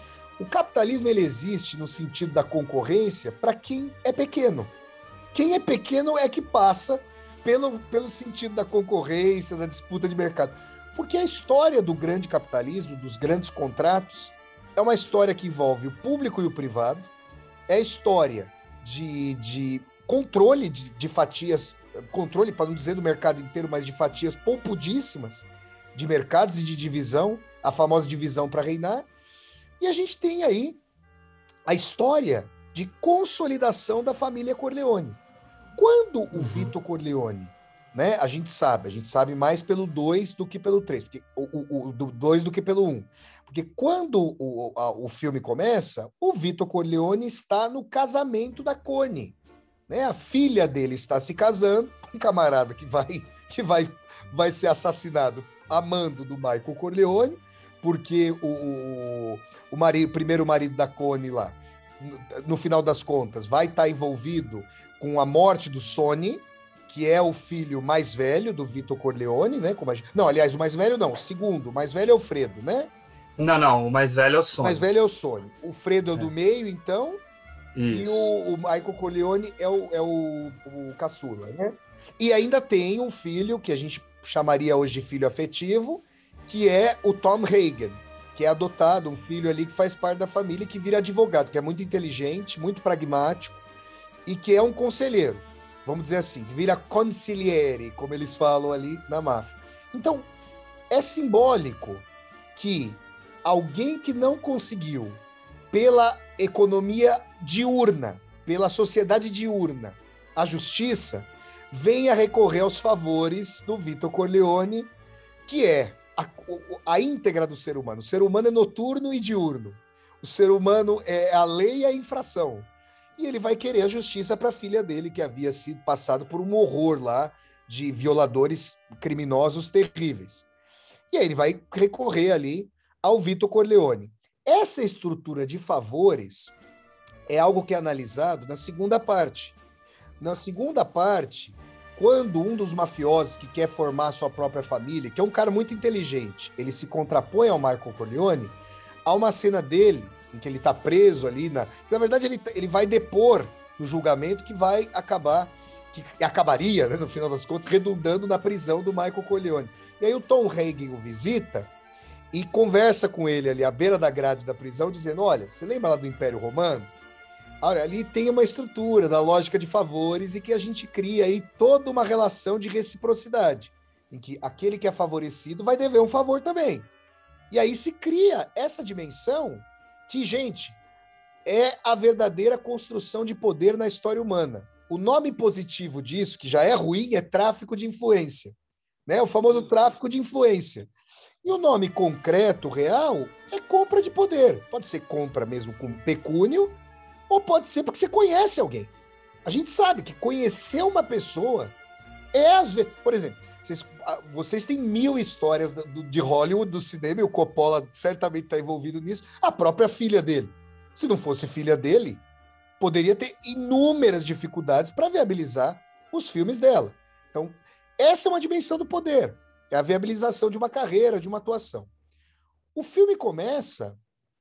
o capitalismo ele existe no sentido da concorrência para quem é pequeno. Quem é pequeno é que passa pelo, pelo sentido da concorrência, da disputa de mercado. Porque a história do grande capitalismo, dos grandes contratos, é uma história que envolve o público e o privado, é a história de, de controle de, de fatias, controle, para não dizer do mercado inteiro, mas de fatias poupudíssimas de mercados e de divisão, a famosa divisão para reinar. E a gente tem aí a história de consolidação da família Corleone. Quando o Vito Corleone, né, a gente sabe, a gente sabe mais pelo dois do que pelo três, porque, o dois do que pelo um. Porque quando o, a, o filme começa, o Vito Corleone está no casamento da Connie. Né? A filha dele está se casando com um camarada que vai, que vai, vai ser assassinado amando do Michael Corleone, porque o, o, o, marido, o primeiro marido da Connie lá, no, no final das contas, vai estar envolvido com a morte do Sonny, que é o filho mais velho do Vito Corleone, né? Como a gente... Não, aliás, o mais velho não, o segundo, o mais velho é o Fredo, né? Não, não, o mais velho é o Sonny. O mais velho é o Sonny. O Fredo é o do meio, então, Isso. e o, o Michael Corleone é o, é o, o caçula, né? E ainda tem um filho, que a gente chamaria hoje de filho afetivo, que é o Tom Hagen, que é adotado, um filho ali que faz parte da família e que vira advogado, que é muito inteligente, muito pragmático, e que é um conselheiro, vamos dizer assim, que vira consigliere, como eles falam ali na máfia. Então, é simbólico que alguém que não conseguiu, pela economia diurna, pela sociedade diurna, a justiça, venha recorrer aos favores do Vito Corleone, que é a, a íntegra do ser humano. O ser humano é noturno e diurno. O ser humano é a lei e a infração. E ele vai querer a justiça para a filha dele, que havia sido passado por um horror lá de violadores criminosos terríveis. E aí ele vai recorrer ali ao Vito Corleone. Essa estrutura de favores é algo que é analisado na segunda parte. Na segunda parte, quando um dos mafiosos que quer formar sua própria família, que é um cara muito inteligente, ele se contrapõe ao Michael Corleone, há uma cena dele em que ele está preso ali, na, que, na verdade ele, ele vai depor no julgamento que vai acabar, que acabaria, né, no final das contas, redundando na prisão do Michael Corleone. E aí o Tom Hagen o visita e conversa com ele ali à beira da grade da prisão, dizendo, olha, você lembra lá do Império Romano? Olha, ali tem uma estrutura da lógica de favores e que a gente cria aí toda uma relação de reciprocidade, em que aquele que é favorecido vai dever um favor também. E aí se cria essa dimensão que, gente, é a verdadeira construção de poder na história humana. O nome positivo disso, que já é ruim, é tráfico de influência, né? O famoso tráfico de influência. E o nome concreto, real, é compra de poder. Pode ser compra mesmo com pecúnio, ou pode ser porque você conhece alguém. A gente sabe que conhecer uma pessoa é às vezes... Por exemplo, vocês, vocês têm mil histórias do, de Hollywood, do cinema, e o Coppola certamente está envolvido nisso. A própria filha dele. Se não fosse filha dele, poderia ter inúmeras dificuldades para viabilizar os filmes dela. Então, essa é uma dimensão do poder. É a viabilização de uma carreira, de uma atuação. O filme começa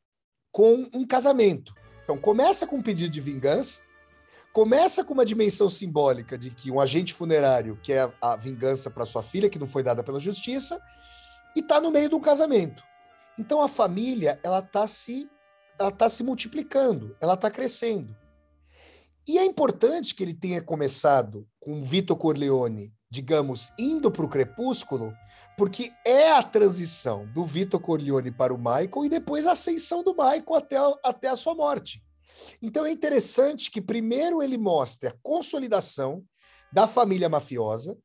com um casamento. Então, começa com um pedido de vingança, começa com uma dimensão simbólica de que um agente funerário quer a vingança para sua filha, que não foi dada pela justiça, e está no meio de um casamento. Então, a família ela está se, ela tá se multiplicando, ela está crescendo. E é importante que ele tenha começado com Vito Corleone, digamos, indo para o crepúsculo, porque é a transição do Vito Corleone para o Michael e depois a ascensão do Michael até a, até a sua morte. Então é interessante que primeiro ele mostre a consolidação da família mafiosa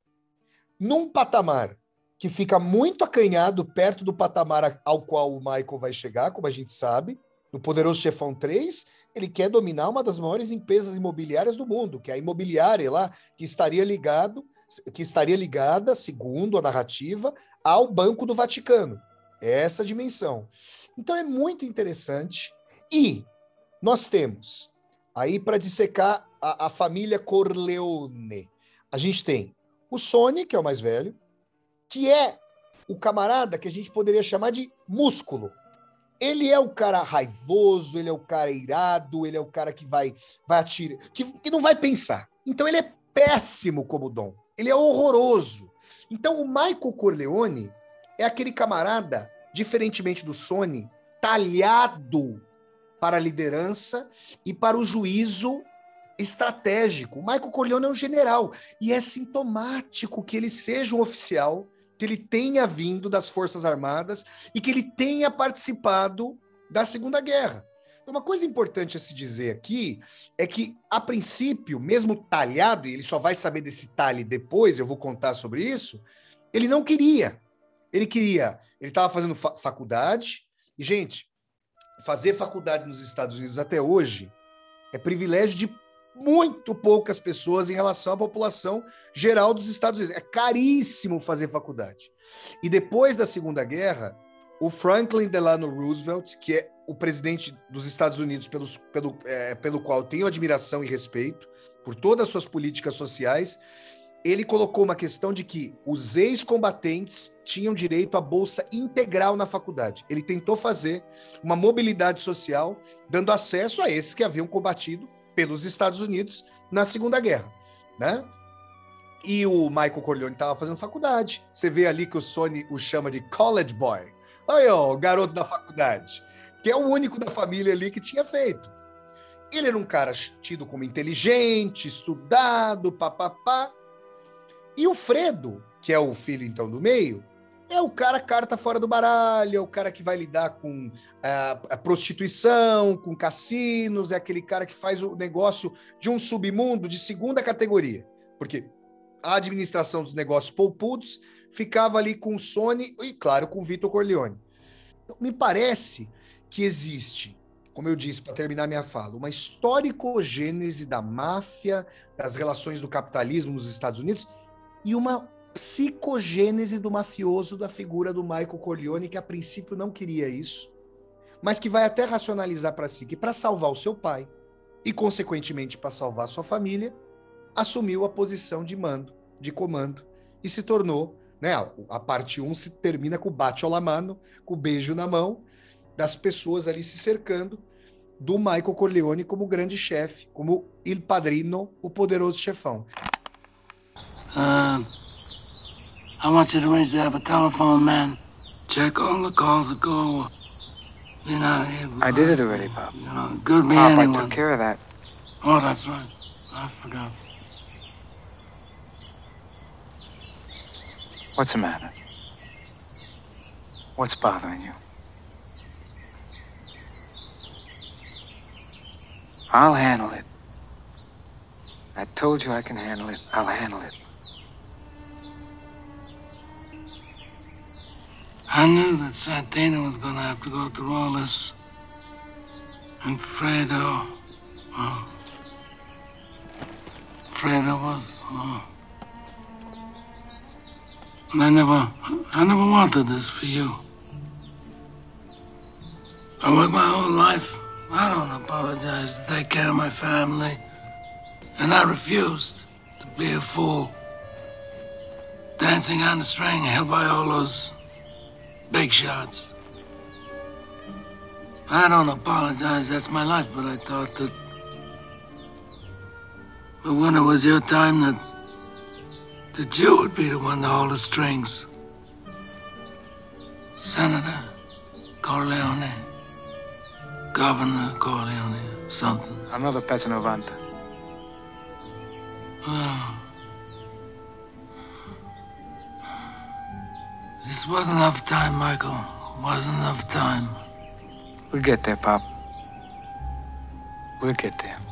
num patamar que fica muito acanhado perto do patamar ao qual o Michael vai chegar, como a gente sabe. No Poderoso Chefão três, ele quer dominar uma das maiores empresas imobiliárias do mundo, que é a imobiliária lá, que estaria ligado, que estaria ligada, segundo a narrativa, ao Banco do Vaticano. É essa dimensão. Então é muito interessante. E nós temos, aí para dissecar a, a família Corleone, a gente tem o Sonny, que é o mais velho, que é o camarada que a gente poderia chamar de músculo. Ele é o cara raivoso, ele é o cara irado, ele é o cara que vai, vai atirar, que, que não vai pensar. Então ele é péssimo como dom. Ele é horroroso. Então o Michael Corleone é aquele camarada, diferentemente do Sonny, talhado para a liderança e para o juízo estratégico. O Michael Corleone é um general e é sintomático que ele seja um oficial, que ele tenha vindo das Forças Armadas e que ele tenha participado da Segunda Guerra. Uma coisa importante a se dizer aqui é que, a princípio, mesmo talhado, e ele só vai saber desse talhe depois, eu vou contar sobre isso, ele não queria. Ele queria, ele estava fazendo fa- faculdade, e, gente, fazer faculdade nos Estados Unidos até hoje é privilégio de muito poucas pessoas em relação à população geral dos Estados Unidos. É caríssimo fazer faculdade. E depois da Segunda Guerra, o Franklin Delano Roosevelt, que é o presidente dos Estados Unidos pelos, pelo, é, pelo qual eu tenho admiração e respeito por todas as suas políticas sociais, ele colocou uma questão de que os ex-combatentes tinham direito à bolsa integral na faculdade. Ele tentou fazer uma mobilidade social, dando acesso a esses que haviam combatido pelos Estados Unidos na Segunda Guerra, né? E o Michael Corleone estava fazendo faculdade. Você vê ali que o Sonny o chama de college boy. Olha, ó, o garoto da faculdade, que é o único da família ali que tinha feito. Ele era um cara tido como inteligente, estudado, papapá. E o Fredo, que é o filho, então, do meio, é o cara carta fora do baralho, é o cara que vai lidar com a, a prostituição, com cassinos, é aquele cara que faz o negócio de um submundo de segunda categoria. Porque a administração dos negócios poupudos ficava ali com o Sonny e, claro, com o Vito Corleone. Então, me parece que existe, como eu disse, para terminar minha fala, uma historicogênese da máfia, das relações do capitalismo nos Estados Unidos, e uma psicogênese do mafioso, da figura do Michael Corleone, que a princípio não queria isso, mas que vai até racionalizar para si que para salvar o seu pai e, consequentemente, para salvar sua família, assumiu a posição de mando, de comando, e se tornou, né, a parte um se termina com o bacio alla mano, com o beijo na mão, das pessoas ali se cercando do Michael Corleone como grande chefe, como il padrino, o poderoso chefão. Uh, I want you to arrange to have a telephone man check all the calls that go. You know, I did it already, Pop. You know, could be Pop, anyone. I took care of that. Oh, that's right. I forgot. What's the matter? What's bothering you? I'll handle it. I told you I can handle it. I'll handle it. I knew that Santina was going to have to go through all this. And Fredo, Oh. Afraid I was. Oh. And I never, I never wanted this for you. I worked my whole life. I don't apologize to take care of my family. And I refused to be a fool. Dancing on the string held by all those big shots. I don't apologize, that's my life, but I thought that... But when it was your time, that... that you would be the one to hold the strings. Senator Corleone. Governor Corleone, something. Another Pezzo novanta. Oh. This wasn't enough time, Michael. Wasn't enough time. We'll get there, Pop. We'll get there.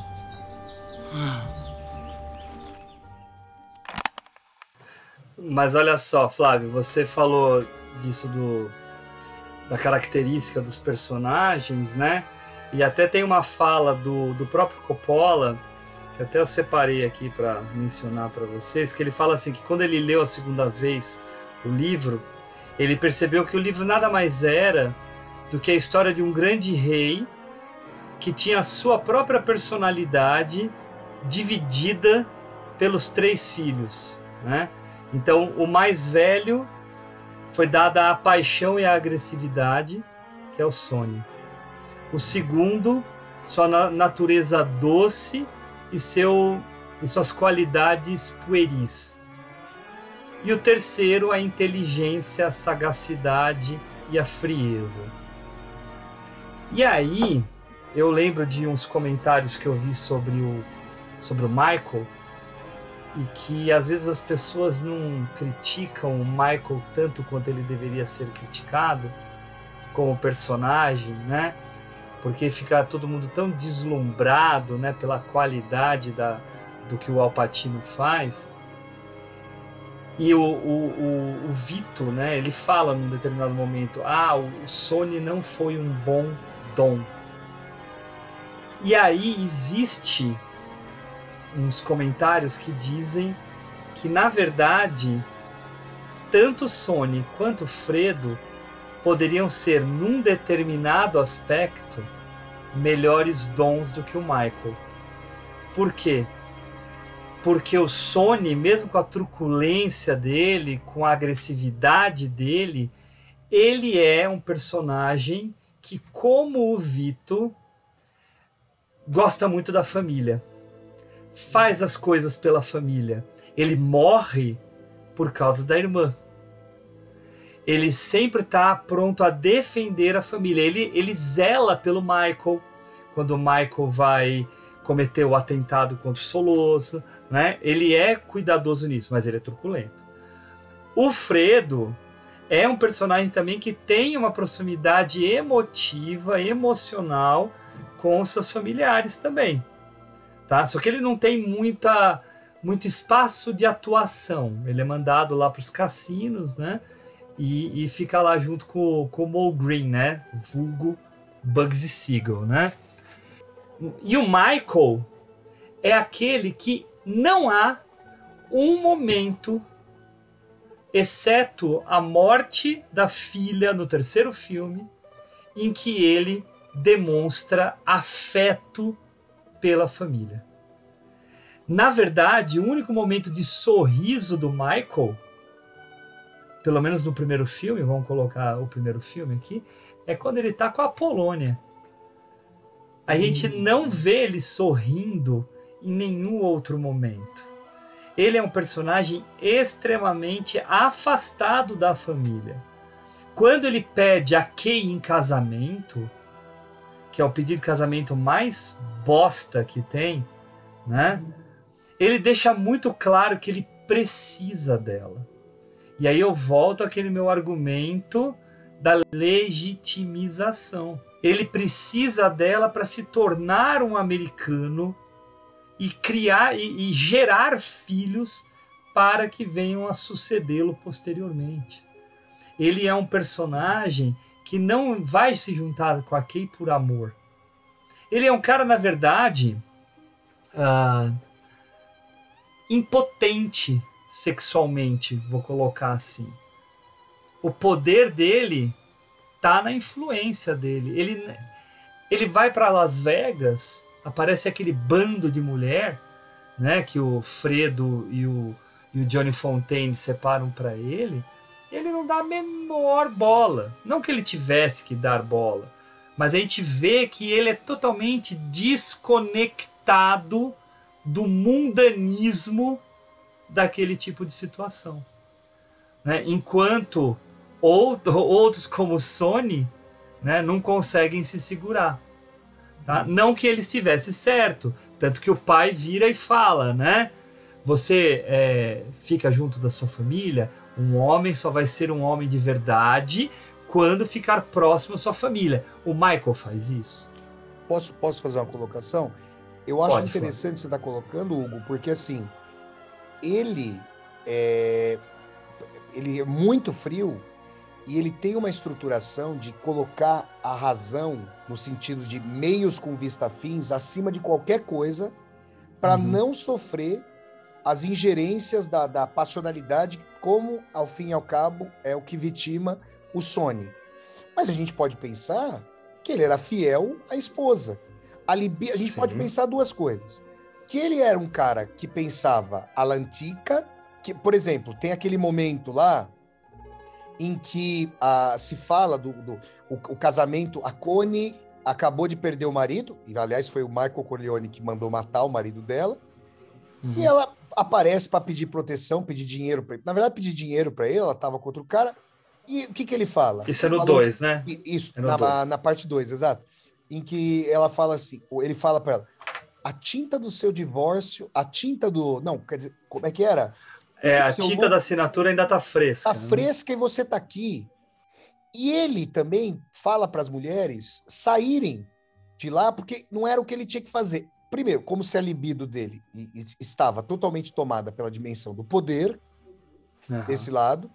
Mas olha só, Flávio, você falou disso do, da característica dos personagens, né? E até tem uma fala do, do próprio Coppola, que até eu separei aqui para mencionar para vocês, que ele fala assim, que quando ele leu a segunda vez o livro, ele percebeu que o livro nada mais era do que a história de um grande rei que tinha a sua própria personalidade dividida pelos três filhos, né? Então, o mais velho foi dada a paixão e a agressividade, que é o Sonny. O segundo, sua na- natureza doce e, seu, e suas qualidades pueris. E o terceiro, a inteligência, a sagacidade e a frieza. E aí, eu lembro de uns comentários que eu vi sobre o, sobre o Michael, e que às vezes as pessoas não criticam o Michael tanto quanto ele deveria ser criticado como personagem, né? Porque fica todo mundo tão deslumbrado, né, pela qualidade da, do que o Al Pacino faz. E o, o, o, o Vito, né, ele fala num determinado momento, ah, o Sonny não foi um bom dom. E aí existe uns comentários que dizem que, na verdade, tanto Sonny quanto Fredo poderiam ser, num determinado aspecto, melhores dons do que o Michael. Por quê? Porque o Sonny, mesmo com a truculência dele, com a agressividade dele, ele é um personagem que, como o Vito, gosta muito da família. Faz as coisas pela família. Ele morre por causa da irmã. Ele sempre está pronto a defender a família. Ele, ele zela pelo Michael, quando o Michael vai cometer o atentado contra o Soloso, né? Ele é cuidadoso nisso, mas ele é truculento. O Fredo é um personagem também que tem uma proximidade emotiva, emocional com seus familiares também. Tá? Só que ele não tem muita, muito espaço de atuação. Ele é mandado lá para os cassinos, né? E, e fica lá junto com, com o Moe Green, né? Vulgo Bugsy Siegel, né? E o Michael é aquele que não há um momento, exceto a morte da filha no terceiro filme, em que ele demonstra afeto pela família. Na verdade, o único momento de sorriso do Michael, pelo menos no primeiro filme, vamos colocar o primeiro filme aqui, é quando ele está com a Polônia. A gente não vê ele sorrindo em nenhum outro momento. Ele é um personagem extremamente afastado da família. Quando ele pede a Kay em casamento, que é o pedido de casamento mais bosta que tem, né? Ele deixa muito claro que ele precisa dela. E aí eu volto àquele meu argumento da legitimização. Ele precisa dela para se tornar um americano e criar e, e gerar filhos para que venham a sucedê-lo posteriormente. Ele é um personagem que não vai se juntar com a Kay por amor. Ele é um cara, na verdade, uh, impotente sexualmente, vou colocar assim. O poder dele tá na influência dele. Ele, ele vai para Las Vegas, aparece aquele bando de mulher, né, que o Fredo e o, e o Johnny Fontaine separam para ele. Ele não dá a menor bola. Não que ele tivesse que dar bola, mas a gente vê que ele é totalmente desconectado do mundanismo daquele tipo de situação, né? Enquanto outros como o Sonny, né, não conseguem se segurar, tá? Não que ele estivesse certo, tanto que o pai vira e fala, né? Você é, fica junto da sua família, um homem só vai ser um homem de verdade quando ficar próximo à sua família. O Michael faz isso. Posso, posso fazer uma colocação? Eu acho Pode, interessante você estar colocando, Hugo, porque assim, ele é, ele é muito frio e ele tem uma estruturação de colocar a razão no sentido de meios com vista a fins acima de qualquer coisa para uhum. não sofrer as ingerências da, da passionalidade, como, ao fim e ao cabo, é o que vitima o Sonny. Mas a gente pode pensar que ele era fiel à esposa. A, libi... a gente Sim. pode pensar duas coisas. Que ele era um cara que pensava a l'antica, que, por exemplo, tem aquele momento lá em que ah, se fala do, do o, o casamento, a Connie acabou de perder o marido, e aliás foi o Michael Corleone que mandou matar o marido dela, uhum. e ela aparece para pedir proteção, pedir dinheiro para ele. Na verdade, pedir dinheiro para ele, ela estava contra o cara. E o que, que ele fala? Isso é no dois, né? Isso, é na, dois. na parte dois, exato. Em que ela fala assim, ele fala para ela, a tinta do seu divórcio, a tinta do... Não, quer dizer, como é que era? É, a tinta vou... da assinatura ainda tá fresca. Tá né? fresca e você tá aqui. E ele também fala para as mulheres saírem de lá, porque não era o que ele tinha que fazer. Primeiro, como se a libido dele estava totalmente tomada pela dimensão do poder, uhum. desse lado,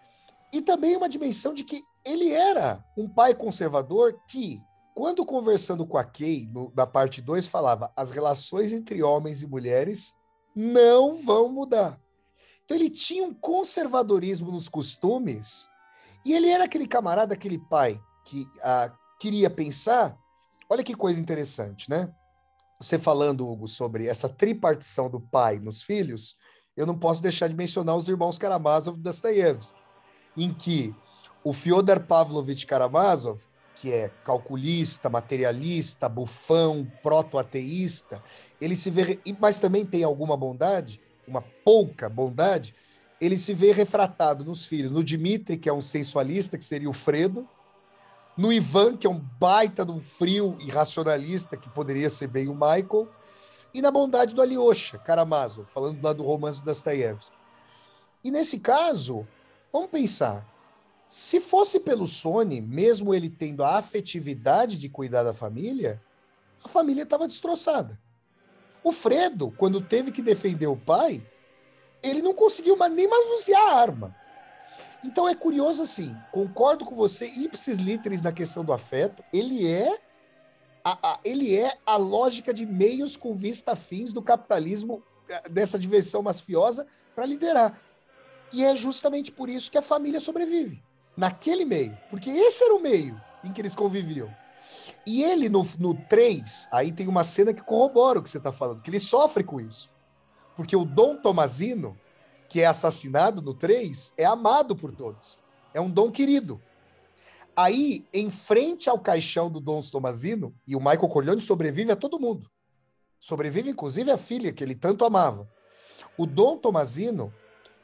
e também uma dimensão de que ele era um pai conservador que, quando conversando com a Kay, no, na parte dois, falava as relações entre homens e mulheres não vão mudar. Então ele tinha um conservadorismo nos costumes, e ele era aquele camarada, aquele pai que ah, queria pensar. Olha que coisa interessante, né? Você falando, Hugo, sobre essa tripartição do pai nos filhos, eu não posso deixar de mencionar os irmãos Karamazov e Dostoiévski, em que o Fyodor Pavlovich Karamazov, que é calculista, materialista, bufão, proto-ateísta, ele se vê, mas também tem alguma bondade, uma pouca bondade, ele se vê refratado nos filhos, no Dmitri, que é um sensualista, que seria o Fredo, no Ivan, que é um baita de um frio e racionalista, que poderia ser bem o Michael, e na bondade do Alyosha Karamazov, falando lá do romance do Dostoiévski. E nesse caso, vamos pensar, se fosse pelo Sonny, mesmo ele tendo a afetividade de cuidar da família, a família estava destroçada. O Fredo, quando teve que defender o pai, ele não conseguiu nem manusear a arma. Então é curioso assim, concordo com você, ipsis literis na questão do afeto, ele é a, a, ele é a lógica de meios com vista a fins do capitalismo, dessa diversão mafiosa, para liderar. E é justamente por isso que a família sobrevive, naquele meio, porque esse era o meio em que eles conviviam. E ele, no, no três, aí tem uma cena que corrobora o que você está falando, que ele sofre com isso. Porque o Dom Tommasino, que é assassinado no três, é amado por todos. É um Dom querido. Aí, em frente ao caixão do Dom Tommasino, e o Michael Corleone sobrevive a todo mundo. Sobrevive, inclusive, a filha, que ele tanto amava. O Dom Tommasino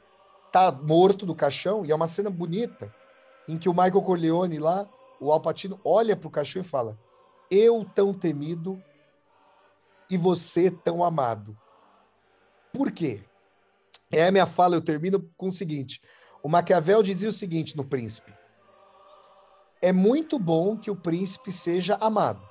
tá morto no caixão, e é uma cena bonita, em que o Michael Corleone lá, o Al Pacino, olha para o caixão e fala, eu tão temido e você tão amado. Por quê? É a minha fala, eu termino com o seguinte, o Maquiavel dizia o seguinte no Príncipe, é muito bom que o príncipe seja amado.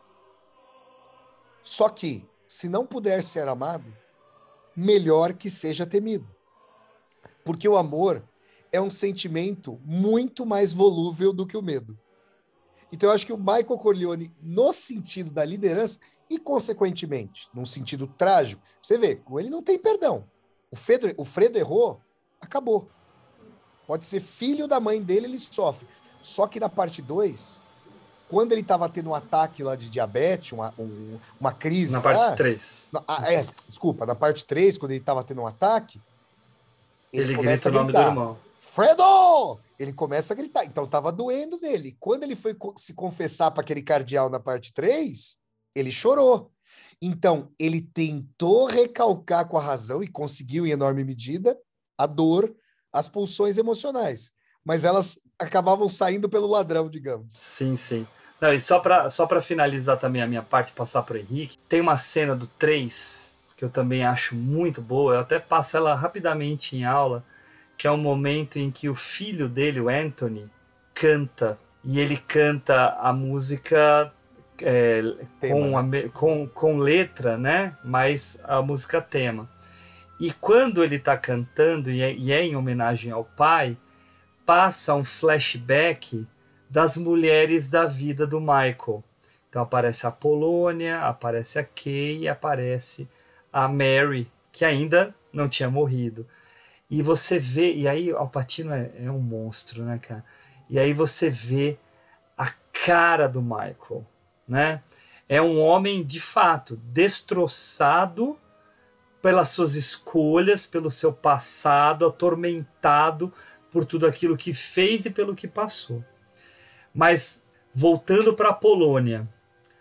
Só que, se não puder ser amado, melhor que seja temido. Porque o amor é um sentimento muito mais volúvel do que o medo. Então eu acho que o Michael Corleone, no sentido da liderança, E, consequentemente, num sentido trágico, você vê, com ele não tem perdão. O Fredo, o Fredo errou, acabou. Pode ser filho da mãe dele, ele sofre. Só que na parte dois, quando ele estava tendo um ataque lá de diabetes, uma, um, uma crise... Na lá, parte três. Na, ah, é, desculpa, na parte três, quando ele estava tendo um ataque, ele, Ele começa grita a o nome gritar. do irmão. Fredo! Ele começa a gritar. Então tava doendo nele. Quando ele foi co- se confessar para aquele cardeal na parte três, ele chorou. Então, ele tentou recalcar com a razão e conseguiu, em enorme medida, a dor, as pulsões emocionais. Mas elas acabavam saindo pelo ladrão, digamos. Sim, sim. Não, e só para só para finalizar também a minha parte, passar para o Henrique, tem uma cena do três que eu também acho muito boa, eu até passo ela rapidamente em aula, que é um momento em que o filho dele, o Anthony, canta. E ele canta a música é, com, a, com, com letra, né? Mas a música tema. E quando ele está cantando, e é, e é em homenagem ao pai, passa um flashback das mulheres da vida do Michael. Então aparece a Polônia, aparece a Kay e aparece a Mary, que ainda não tinha morrido. E você vê, e aí Al Pacino é, é um monstro, né, cara? E aí você vê a cara do Michael, né? É um homem, de fato, destroçado pelas suas escolhas, pelo seu passado, atormentado por tudo aquilo que fez e pelo que passou. Mas, voltando para a Polônia,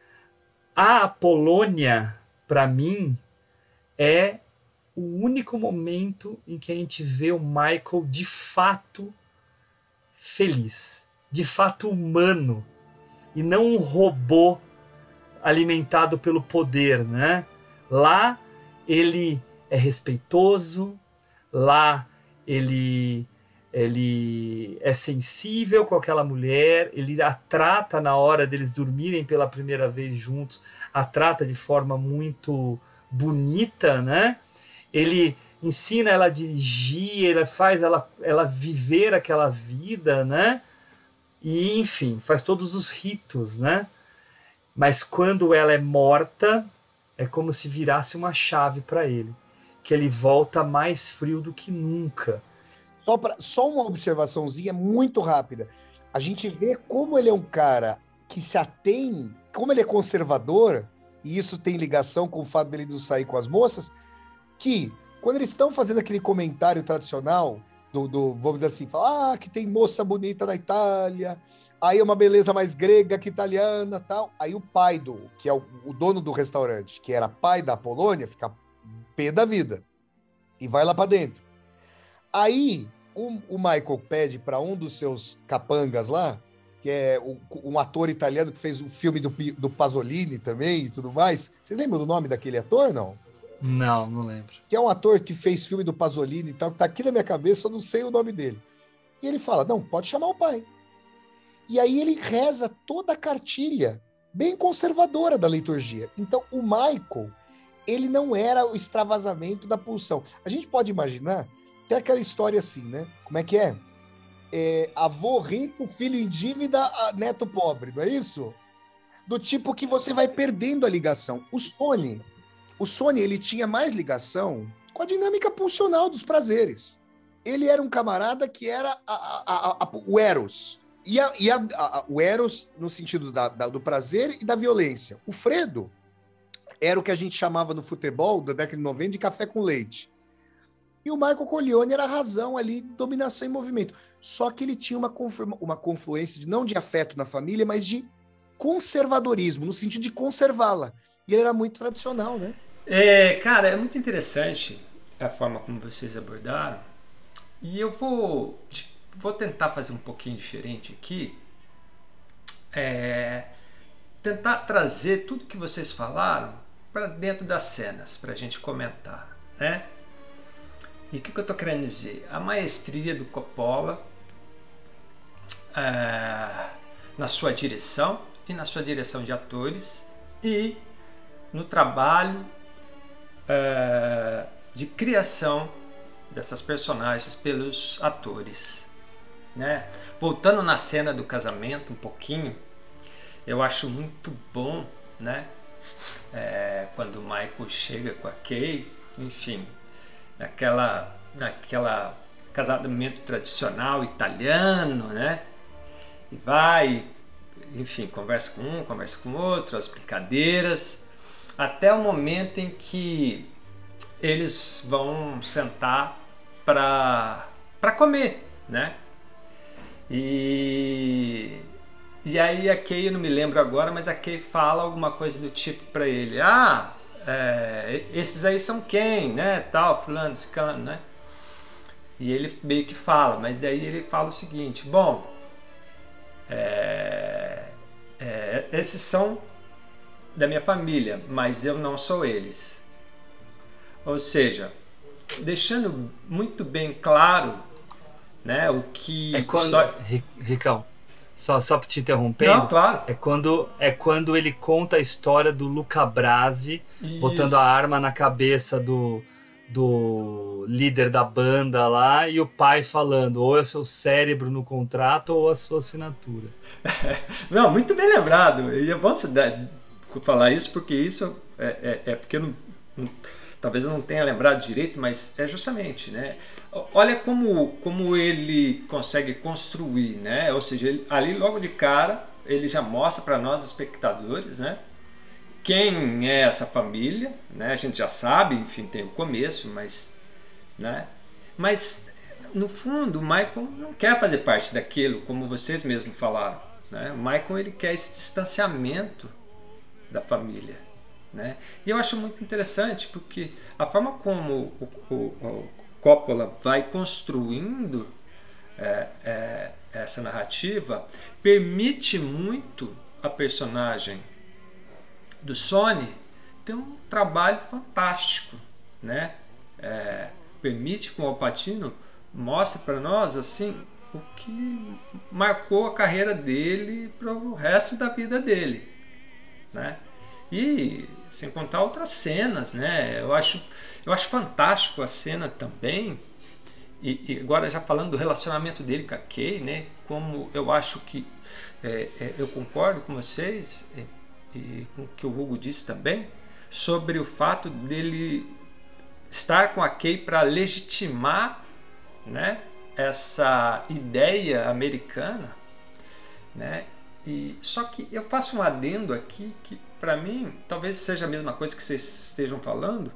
a Polônia, para mim, é o único momento em que a gente vê o Michael de fato feliz, de fato humano, e não um robô alimentado pelo poder, né? Lá ele é respeitoso, lá ele, ele é sensível com aquela mulher, ele a trata na hora deles dormirem pela primeira vez juntos, a trata de forma muito bonita, né? Ele ensina ela a dirigir, ele faz ela, ela viver aquela vida, né? E, enfim, faz todos os ritos, né? Mas quando ela é morta, é como se virasse uma chave para ele, que ele volta mais frio do que nunca. Só, pra, só uma observaçãozinha muito rápida. A gente vê como ele é um cara que se atém, como ele é conservador, e isso tem ligação com o fato dele não sair com as moças, que quando eles estão fazendo aquele comentário tradicional do, do vamos dizer assim, falar ah, que tem moça bonita na Itália, aí é uma beleza mais grega que italiana, tal. Aí o pai do, que é o, o dono do restaurante, que era pai da Polônia, fica pé da vida e vai lá para dentro. Aí o, o Michael pede para um dos seus capangas lá, que é o, um ator italiano que fez o filme do, do Pasolini também e tudo mais. Vocês lembram do nome daquele ator, não? Não, não lembro. Que é um ator que fez filme do Pasolini e tal, que tá aqui na minha cabeça, eu não sei o nome dele. E ele fala, não, pode chamar o pai. E aí ele reza toda a cartilha, bem conservadora da liturgia. Então o Michael, ele não era o extravasamento da pulsão. A gente pode imaginar, tem aquela história assim, né? Como é que é? É avô rico, filho em dívida, neto pobre, não é isso? Do tipo que você vai perdendo a ligação. O Sony... O Sony, ele tinha mais ligação com a dinâmica pulsional dos prazeres. Ele era um camarada que era a, a, a, a, o Eros. E, a, e a, a, o Eros no sentido da, da, do prazer e da violência. O Fredo era o que a gente chamava no futebol, da década de noventa, de café com leite. E o Michael Corleone era a razão ali, dominação e movimento. Só que ele tinha uma, uma confluência, de, não de afeto na família, mas de conservadorismo, no sentido de conservá-la. E ele era muito tradicional, né? É, cara, é muito interessante a forma como vocês abordaram. E eu vou, vou tentar fazer um pouquinho diferente aqui. É, tentar trazer tudo que vocês falaram para dentro das cenas, para a gente comentar, né? E o que, que eu estou querendo dizer? A maestria do Coppola é, na sua direção e na sua direção de atores e no trabalho uh, de criação dessas personagens pelos atores, né? Voltando na cena do casamento um pouquinho, eu acho muito bom, né? É, quando o Michael chega com a Kay, enfim, naquela, naquela casamento tradicional italiano, né? E vai, enfim, conversa com um, conversa com outro, as brincadeiras, até o momento em que eles vão sentar para para comer, né? E e aí a Kay, eu não me lembro agora, mas a Kay fala alguma coisa do tipo para ele: ah, é, esses aí são quem, né? Tal, fulano, ciclano, né? E ele meio que fala, mas daí ele fala o seguinte: bom, é, é, esses são da minha família, mas eu não sou eles. Ou seja, deixando muito bem claro, né, o que... É quando... história... Ricão, só, só para te interrompendo, não, claro. é, quando, é quando ele conta a história do Luca Brasi, isso, botando a arma na cabeça do, do líder da banda lá, e o pai falando, ou é o seu cérebro no contrato ou a sua assinatura. Não, muito bem lembrado. E é bom você falar isso, porque isso é, é, é porque eu não, não, talvez eu não tenha lembrado direito, mas é justamente, né? Olha como, como ele consegue construir, né? Ou seja, ele, ali logo de cara ele já mostra para nós espectadores, né, quem é essa família, né? A gente já sabe, enfim, tem o começo, mas, né? Mas no fundo o Michael não quer fazer parte daquilo, como vocês mesmos falaram, né? O Michael, ele quer esse distanciamento da família, né? E eu acho muito interessante porque a forma como o, o, o Coppola vai construindo é, é, essa narrativa permite muito a personagem do Sonny ter um trabalho fantástico, né? É, permite que o Al Pacino mostre para nós assim o que marcou a carreira dele para o resto da vida dele, né? E sem contar outras cenas, né? Eu acho, eu acho fantástico a cena também. E, e agora já falando do relacionamento dele com a Kay, né? Como eu acho que é, é, eu concordo com vocês e, e com o que o Hugo disse também sobre o fato dele estar com a Kay para legitimar, né, essa ideia americana, né? E só que eu faço um adendo aqui que para mim talvez seja a mesma coisa que vocês estejam falando,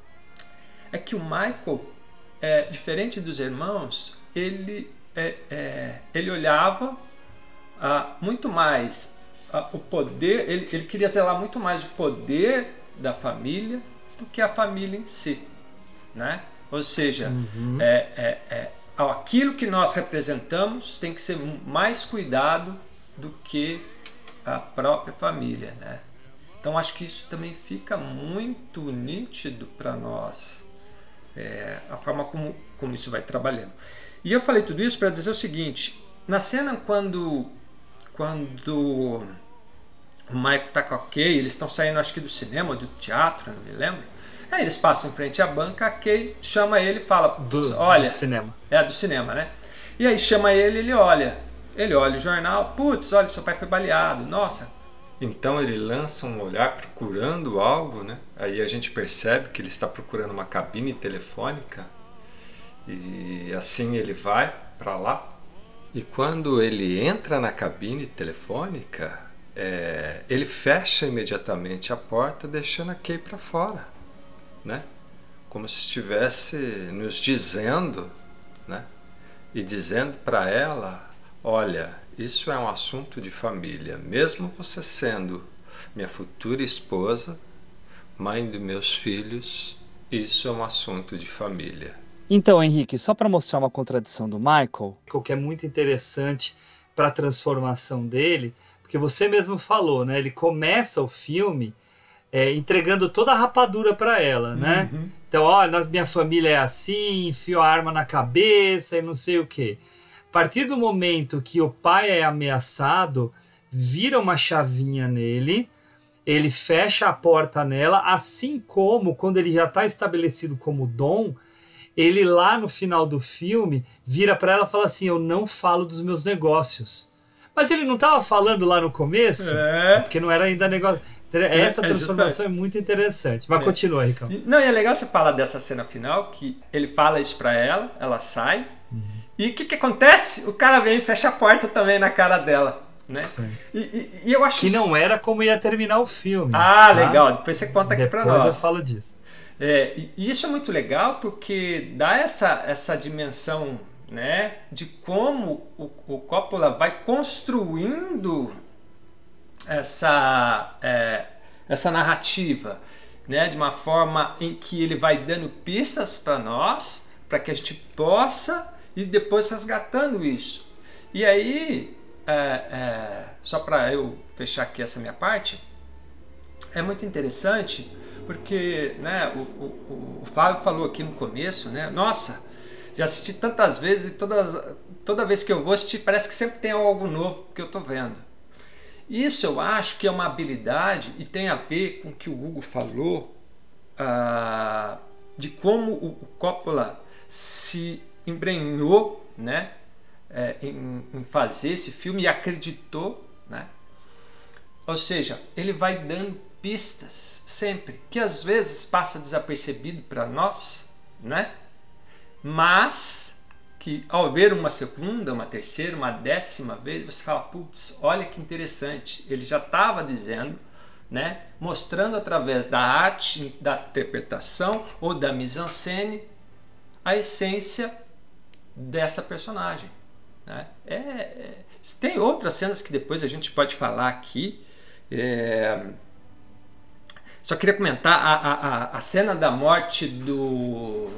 é que o Michael, é, diferente dos irmãos, ele, é, é, ele olhava ah, muito mais ah, o poder, ele, ele queria zelar muito mais o poder da família do que a família em si, né? Ou seja, uhum. é, é, é, aquilo que nós representamos tem que ser mais cuidado do que a própria família, né? Então acho que isso também fica muito nítido para nós, é, a forma como, como isso vai trabalhando. E eu falei tudo isso para dizer o seguinte: na cena quando, quando o Michael está com a Kay, eles estão saindo acho que do cinema ou do teatro, não me lembro. Aí eles passam em frente à banca, a Kay chama ele e fala, do, olha, do cinema. É, do cinema, né? E aí chama ele, ele olha, ele olha o jornal, putz, olha, seu pai foi baleado, nossa. Então ele lança um olhar procurando algo, né? Aí a gente percebe que ele está procurando uma cabine telefônica e assim ele vai para lá. E quando ele entra na cabine telefônica, é, ele fecha imediatamente a porta, deixando a Kay para fora, né? Como se estivesse nos dizendo, né? E dizendo para ela, olha, isso é um assunto de família, mesmo você sendo minha futura esposa, mãe dos meus filhos, isso é um assunto de família. Então, Henrique, só para mostrar uma contradição do Michael, que é muito interessante para a transformação dele, porque você mesmo falou, né? Ele começa o filme é, entregando toda a rapadura para ela, né? Uhum. Então, olha, minha família é assim, enfio a arma na cabeça e não sei o quê. A partir do momento que o pai é ameaçado, vira uma chavinha nele, ele fecha a porta nela, assim como quando ele já está estabelecido como dom, ele lá no final do filme vira para ela e fala assim, eu não falo dos meus negócios. Mas ele não estava falando lá no começo, é. porque não era ainda negócio. Essa É, transformação é, é muito interessante. Mas é. continua, Ricardo. Não, e é legal você falar dessa cena final, que ele fala isso pra ela, ela sai, uhum. e o que que acontece? O cara vem e fecha a porta também na cara dela, né? E, e, e eu acho que isso... não era como ia terminar o filme. Ah, tá? Legal. Depois você conta aqui Depois pra nós. eu falo disso. É, e isso é muito legal porque dá essa, essa dimensão, né, de como o, o Coppola vai construindo essa, é, essa narrativa, né, de uma forma em que ele vai dando pistas para nós, para que a gente possa ir depois resgatando isso. E aí, é, é, só para eu fechar aqui essa minha parte, é muito interessante porque, né, o, o, o Fábio falou aqui no começo, né, nossa, já assisti tantas vezes e todas, toda vez que eu vou assistir parece que sempre tem algo novo que eu estou vendo. Isso eu acho que é uma habilidade e tem a ver com o que o Hugo falou, ah, de como o Coppola se embrenhou, né, é, em, em fazer esse filme e acreditou, né? Ou seja, ele vai dando pistas sempre, que às vezes passa desapercebido para nós, né? Mas que ao ver uma segunda, uma terceira, uma décima vez, você fala, putz, olha que interessante, ele já estava dizendo, né, mostrando através da arte, da interpretação ou da mise-en-scène a essência dessa personagem, né? É, é, tem outras cenas que depois a gente pode falar aqui. É, só queria comentar a, a, a cena da morte do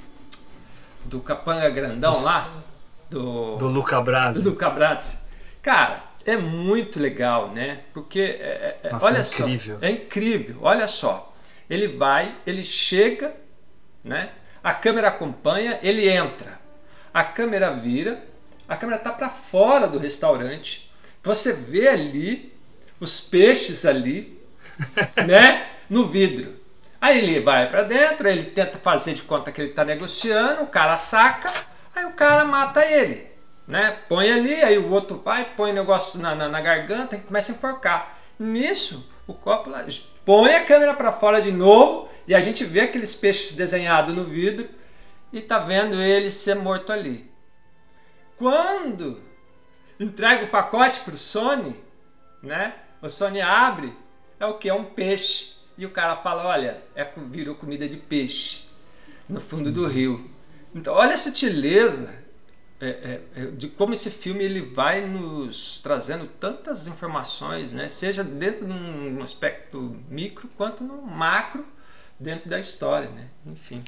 do capanga grandão do, lá, do, do Luca Brasi. Do Luca Brasi. Cara, é muito legal, né? Porque, é, é, Nossa, olha é incrível. só, é incrível, olha só. Ele vai, ele chega, né? A câmera acompanha, ele entra. A câmera vira, a câmera tá para fora do restaurante. Você vê ali os peixes ali, né? No vidro. Aí ele vai para dentro, ele tenta fazer de conta que ele está negociando, o cara saca, aí o cara mata ele, né? Põe ali, aí o outro vai, põe o negócio na, na, na garganta e começa a enforcar. Nisso, o Coppola põe a câmera para fora de novo e a gente vê aqueles peixes desenhados no vidro e tá vendo ele ser morto ali. Quando entrega o pacote para o Sony, né? O Sony abre, é o que? É um peixe. E o cara fala, olha, é, virou comida de peixe no fundo do rio. Então, olha a sutileza é, é, de como esse filme ele vai nos trazendo tantas informações, né? Seja dentro de um aspecto micro, quanto no macro, dentro da história, né? Enfim.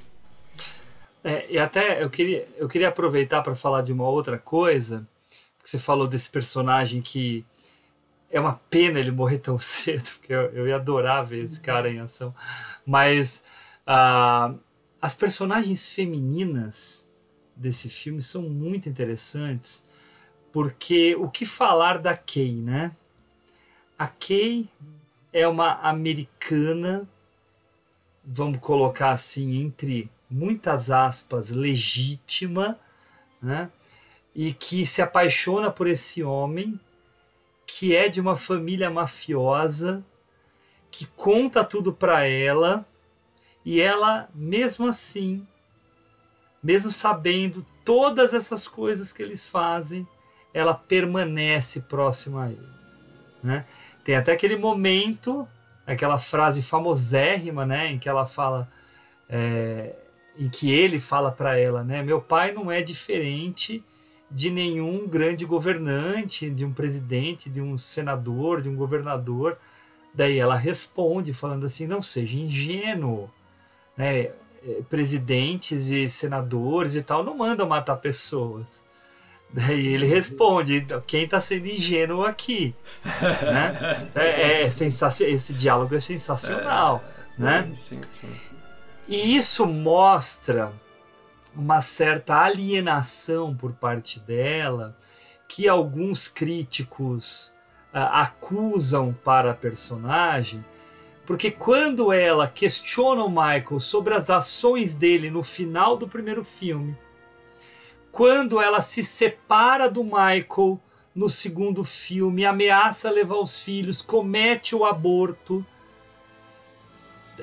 É, e até eu queria, eu queria aproveitar para falar de uma outra coisa, que você falou desse personagem que é uma pena ele morrer tão cedo, porque eu, eu ia adorar ver esse cara em ação. Mas uh, as personagens femininas desse filme são muito interessantes, porque o que falar da Kay, né? A Kay é uma americana, vamos colocar assim, entre muitas aspas, legítima, né? E que se apaixona por esse homem, que é de uma família mafiosa, que conta tudo para ela, e ela, mesmo assim, mesmo sabendo todas essas coisas que eles fazem, ela permanece próxima a eles, né? Tem até aquele momento, aquela frase famosérrima, né, em que ela fala, é, em que ele fala para ela, né, meu pai não é diferente de nenhum grande governante, de um presidente, de um senador, de um governador. Daí ela responde falando assim, não seja ingênuo, né? Presidentes e senadores e tal não mandam matar pessoas. Daí ele responde, quem está sendo ingênuo aqui? Né? É, é sensacional, esse diálogo é sensacional. É, né? Sim, sim, sim. E isso mostra uma certa alienação por parte dela, que alguns críticos uh, acusam para a personagem, porque quando ela questiona o Michael sobre as ações dele no final do primeiro filme, quando ela se separa do Michael no segundo filme, ameaça levar os filhos, comete o aborto,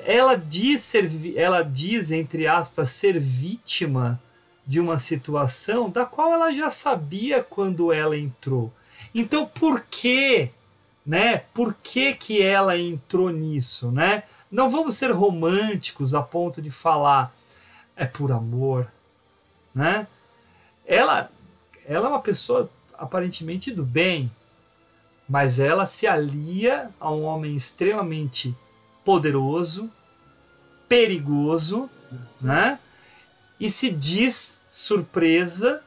ela diz, ser, ela diz, entre aspas, ser vítima de uma situação da qual ela já sabia quando ela entrou. Então, por que, né? Por que que ela entrou nisso, né? Não vamos ser românticos a ponto de falar é por amor, né? Ela, ela é uma pessoa aparentemente do bem, mas ela se alia a um homem extremamente poderoso, perigoso, né? E se diz surpresa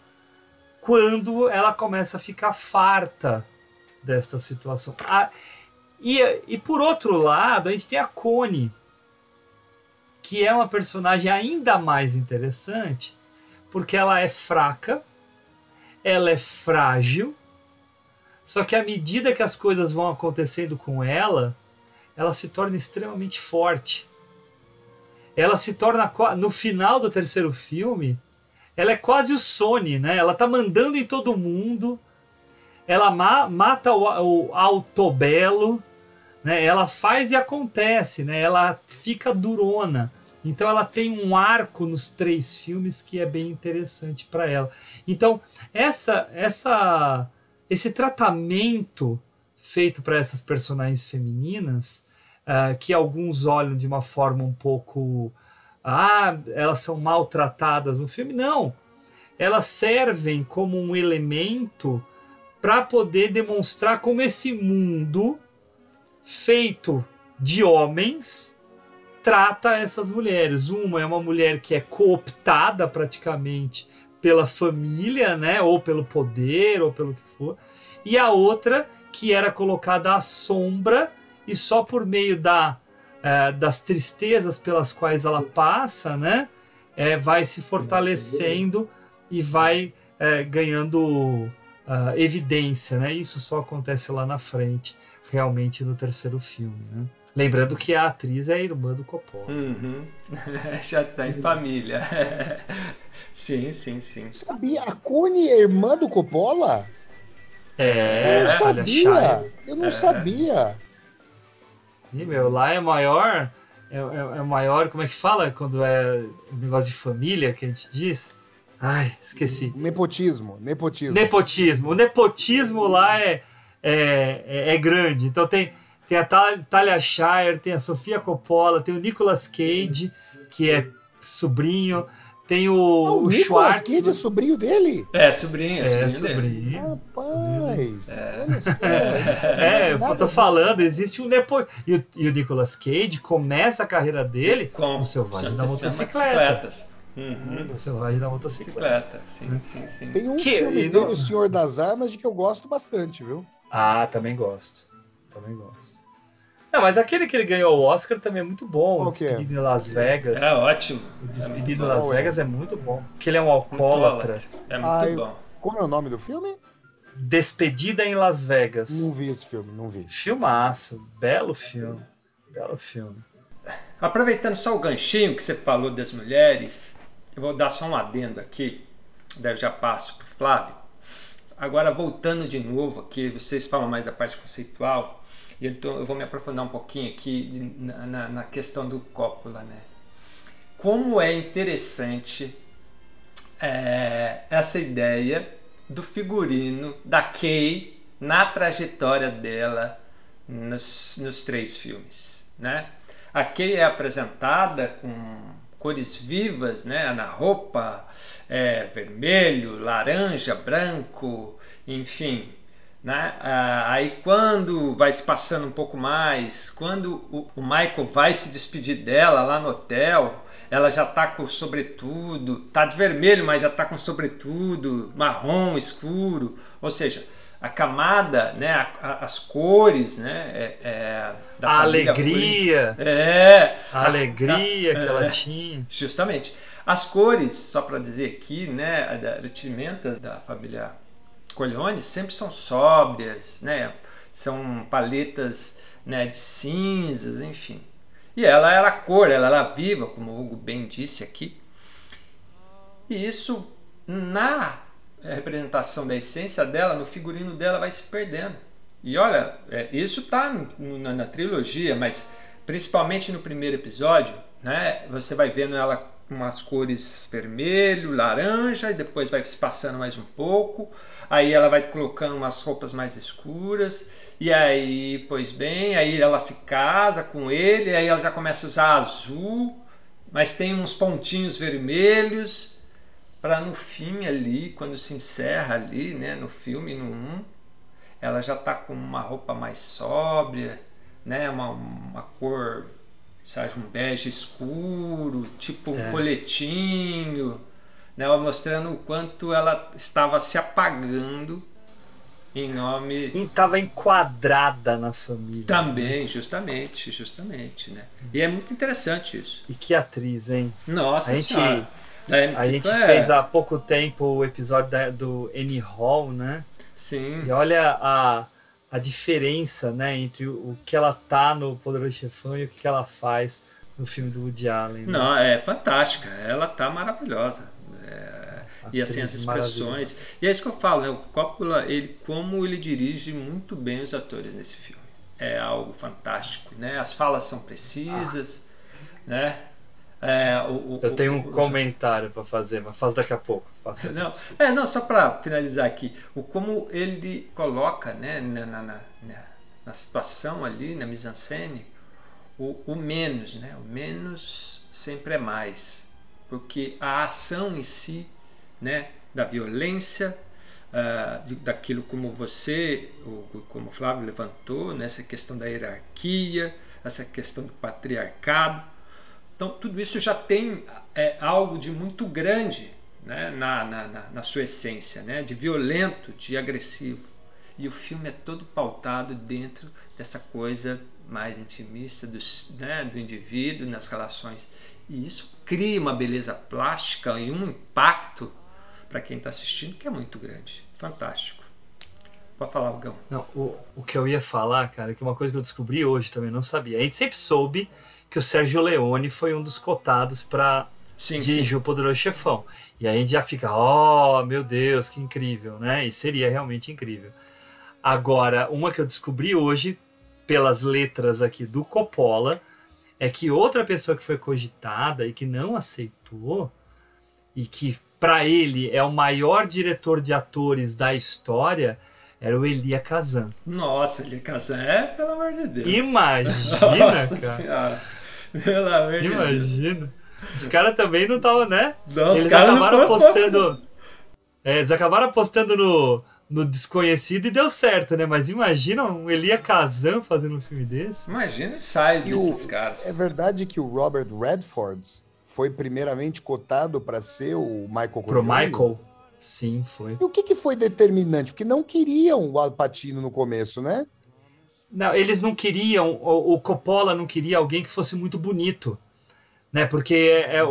quando ela começa a ficar farta desta situação. Ah, e, e por outro lado, a gente tem a Connie, que é uma personagem ainda mais interessante, porque ela é fraca, ela é frágil, só que à medida que as coisas vão acontecendo com ela, ela se torna extremamente forte. Ela se torna, no final do terceiro filme, ela é quase o Sony, né? Ela tá mandando em todo mundo, ela ma mata o, o Autobello, né? Ela faz e acontece, né? Ela fica durona. Então ela tem um arco nos três filmes que é bem interessante para ela. Então essa, essa, esse tratamento feito para essas personagens femininas, uh, que alguns olham de uma forma um pouco... Ah, elas são maltratadas no filme. Não. Elas servem como um elemento para poder demonstrar como esse mundo feito de homens trata essas mulheres. Uma é uma mulher que é cooptada praticamente pela família, né, ou pelo poder, ou pelo que for, e a outra que era colocada à sombra e só por meio da, uh, das tristezas pelas quais ela passa, né, é, vai se fortalecendo e vai é, ganhando uh, evidência, né? Isso só acontece lá na frente, realmente no terceiro filme, né? Lembrando que a atriz é a irmã do Coppola. Uhum. Já tá em família. Sim, sim, sim. Sabia? A Connie é irmã do Coppola? É, eu não sabia. Eu não é. sabia. E, meu, lá é maior... É, é, é maior... Como é que fala quando é um negócio de família que a gente diz? Ai, esqueci. Nepotismo. Nepotismo. Nepotismo. O nepotismo lá é, é, é, é grande. Então tem... Tem a Talia Shire, tem a Sofia Coppola, tem o Nicolas Cage, que é sobrinho, tem o, ah, o, o Nicolas Schwartzman. Cage é sobrinho dele? É, sobrinho, é sobrinho. É, sobrinho. Rapaz, é. olha só. É, eu tô falando, existe um nepo... E o, e o Nicolas Cage começa a carreira dele com o Selvagem da Motocicleta. Uhum. O Selvagem da Motocicleta. Sim, sim, sim. Tem um que, filme dele, O Senhor das Armas, de que eu gosto bastante, viu? Ah, também gosto. Também gosto. Não, mas aquele que ele ganhou o Oscar também é muito bom. Qual o Despedido em Las Vegas. É ótimo. O Despedido é em Las bom, Vegas é. é muito bom. Porque ele é um alcoólatra. É muito ah, bom. Como é o nome do filme? Despedida em Las Vegas. Não vi esse filme, não vi. Filmaço. Belo filme. Belo filme. Aproveitando só o ganchinho que você falou das mulheres, eu vou dar só um adendo aqui, daí eu já passo pro Flávio. Agora, voltando de novo aqui, vocês falam mais da parte conceitual, e então eu vou me aprofundar um pouquinho aqui na, na, na questão do Coppola, né? Como é interessante é, essa ideia do figurino da Kay na trajetória dela nos, nos três filmes, né? A Kay é apresentada com cores vivas, né, na roupa, é, vermelho, laranja, branco, enfim, né? Ah, aí quando vai se passando um pouco mais, quando o, o Michael vai se despedir dela lá no hotel, ela já tá com sobretudo, tá de vermelho, mas já tá com sobretudo marrom escuro, ou seja, a camada, né, a, a, as cores, né, é, é, da a alegria, é, a, a alegria a, a, que ela é, tinha. Justamente. As cores, só para dizer aqui, né, as vestimentas da família Corleone sempre são sóbrias, né, são paletas, né, de cinzas, enfim. E ela era cor, ela era viva, como o Hugo bem disse aqui. E isso na representação da essência dela, no figurino dela, vai se perdendo. E olha, é, isso tá no, na, na trilogia, mas principalmente no primeiro episódio, né? Você vai vendo ela com umas cores vermelho, laranja, e depois vai se passando mais um pouco, aí ela vai colocando umas roupas mais escuras, e aí, pois bem, aí ela se casa com ele, aí ela já começa a usar azul, mas tem uns pontinhos vermelhos, para no fim ali, quando se encerra ali, né, no filme, no um, ela já está com uma roupa mais sóbria, né, uma, uma cor, sabe, um bege escuro, tipo um é. coletinho, né, mostrando o quanto ela estava se apagando em nome... E estava enquadrada na família. Também, né? justamente, justamente, né? E é muito interessante isso. E que atriz, hein? Nossa a gente, senhora. A gente é... fez há pouco tempo o episódio da, do Annie Hall, né? Sim. E olha a, a diferença, né, entre o que ela tá no Poderoso Chefão e o que ela faz no filme do Woody Allen. Né? Não, é fantástica. Ela tá maravilhosa. É... E assim, as expressões. E é isso que eu falo, né? O Coppola, ele, como ele dirige muito bem os atores nesse filme. É algo fantástico, né? As falas são precisas, ah. né? É, o, o, eu tenho um o, comentário para fazer, mas faço daqui a pouco. Faço não, é, não, só para finalizar aqui, o como ele coloca, né, na, na, na, na situação ali, na mise-en-scène, o, o menos, né? O menos sempre é mais, porque a ação em si, né, da violência, uh, de, daquilo como você, o, como o Flávio levantou, né, essa questão da hierarquia, essa questão do patriarcado. Então, tudo isso já tem é, algo de muito grande, né, na, na, na, na sua essência, né, de violento, de agressivo. E o filme é todo pautado dentro dessa coisa mais intimista do, né, do indivíduo, nas relações. E isso cria uma beleza plástica e um impacto para quem está assistindo que é muito grande. Fantástico. Pode falar, Gão. Não, o, o que eu ia falar, cara, é que uma coisa que eu descobri hoje também, não sabia. A gente sempre soube que o Sergio Leone foi um dos cotados para dirigir sim. o Poderoso Chefão. E aí a gente já fica, oh, meu Deus, que incrível, né? E seria realmente incrível. Agora, uma que eu descobri hoje, pelas letras aqui do Coppola, é que outra pessoa que foi cogitada e que não aceitou, e que para ele é o maior diretor de atores da história, era o Elia Kazan. Nossa, Elia Kazan é, pelo amor de Deus. Imagina, Nossa cara. Senhora. Pelo amor de Deus. Imagina. Os caras também não estavam, né? Não, eles acabaram apostando. É, eles acabaram apostando no, no desconhecido e deu certo, né? Mas imagina um Elia Kazan fazendo um filme desse. Imagina e sai desses o, caras. É verdade que o Robert Redford foi primeiramente cotado para ser o Michael Corleone? Pro Michael? Sim, foi. E o que, que foi determinante? Porque não queriam o Al Pacino no começo, né? Não, eles não queriam, o, o Coppola não queria alguém que fosse muito bonito, né? Porque é, o,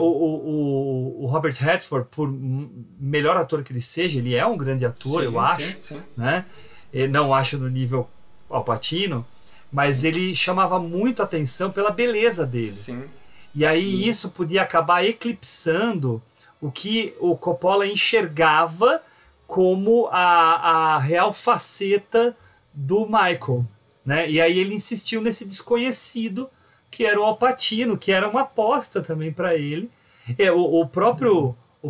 o, o Robert Redford, por melhor ator que ele seja, ele é um grande ator, sim, eu acho, sim, sim. Né? Eu não acho no nível Al Pacino, mas ele chamava muito atenção pela beleza dele. Sim. E aí isso podia acabar eclipsando o que o Coppola enxergava como a, a real faceta do Michael, né? E aí ele insistiu nesse desconhecido que era o Al Pacino, que era uma aposta também para ele. É, o, o próprio o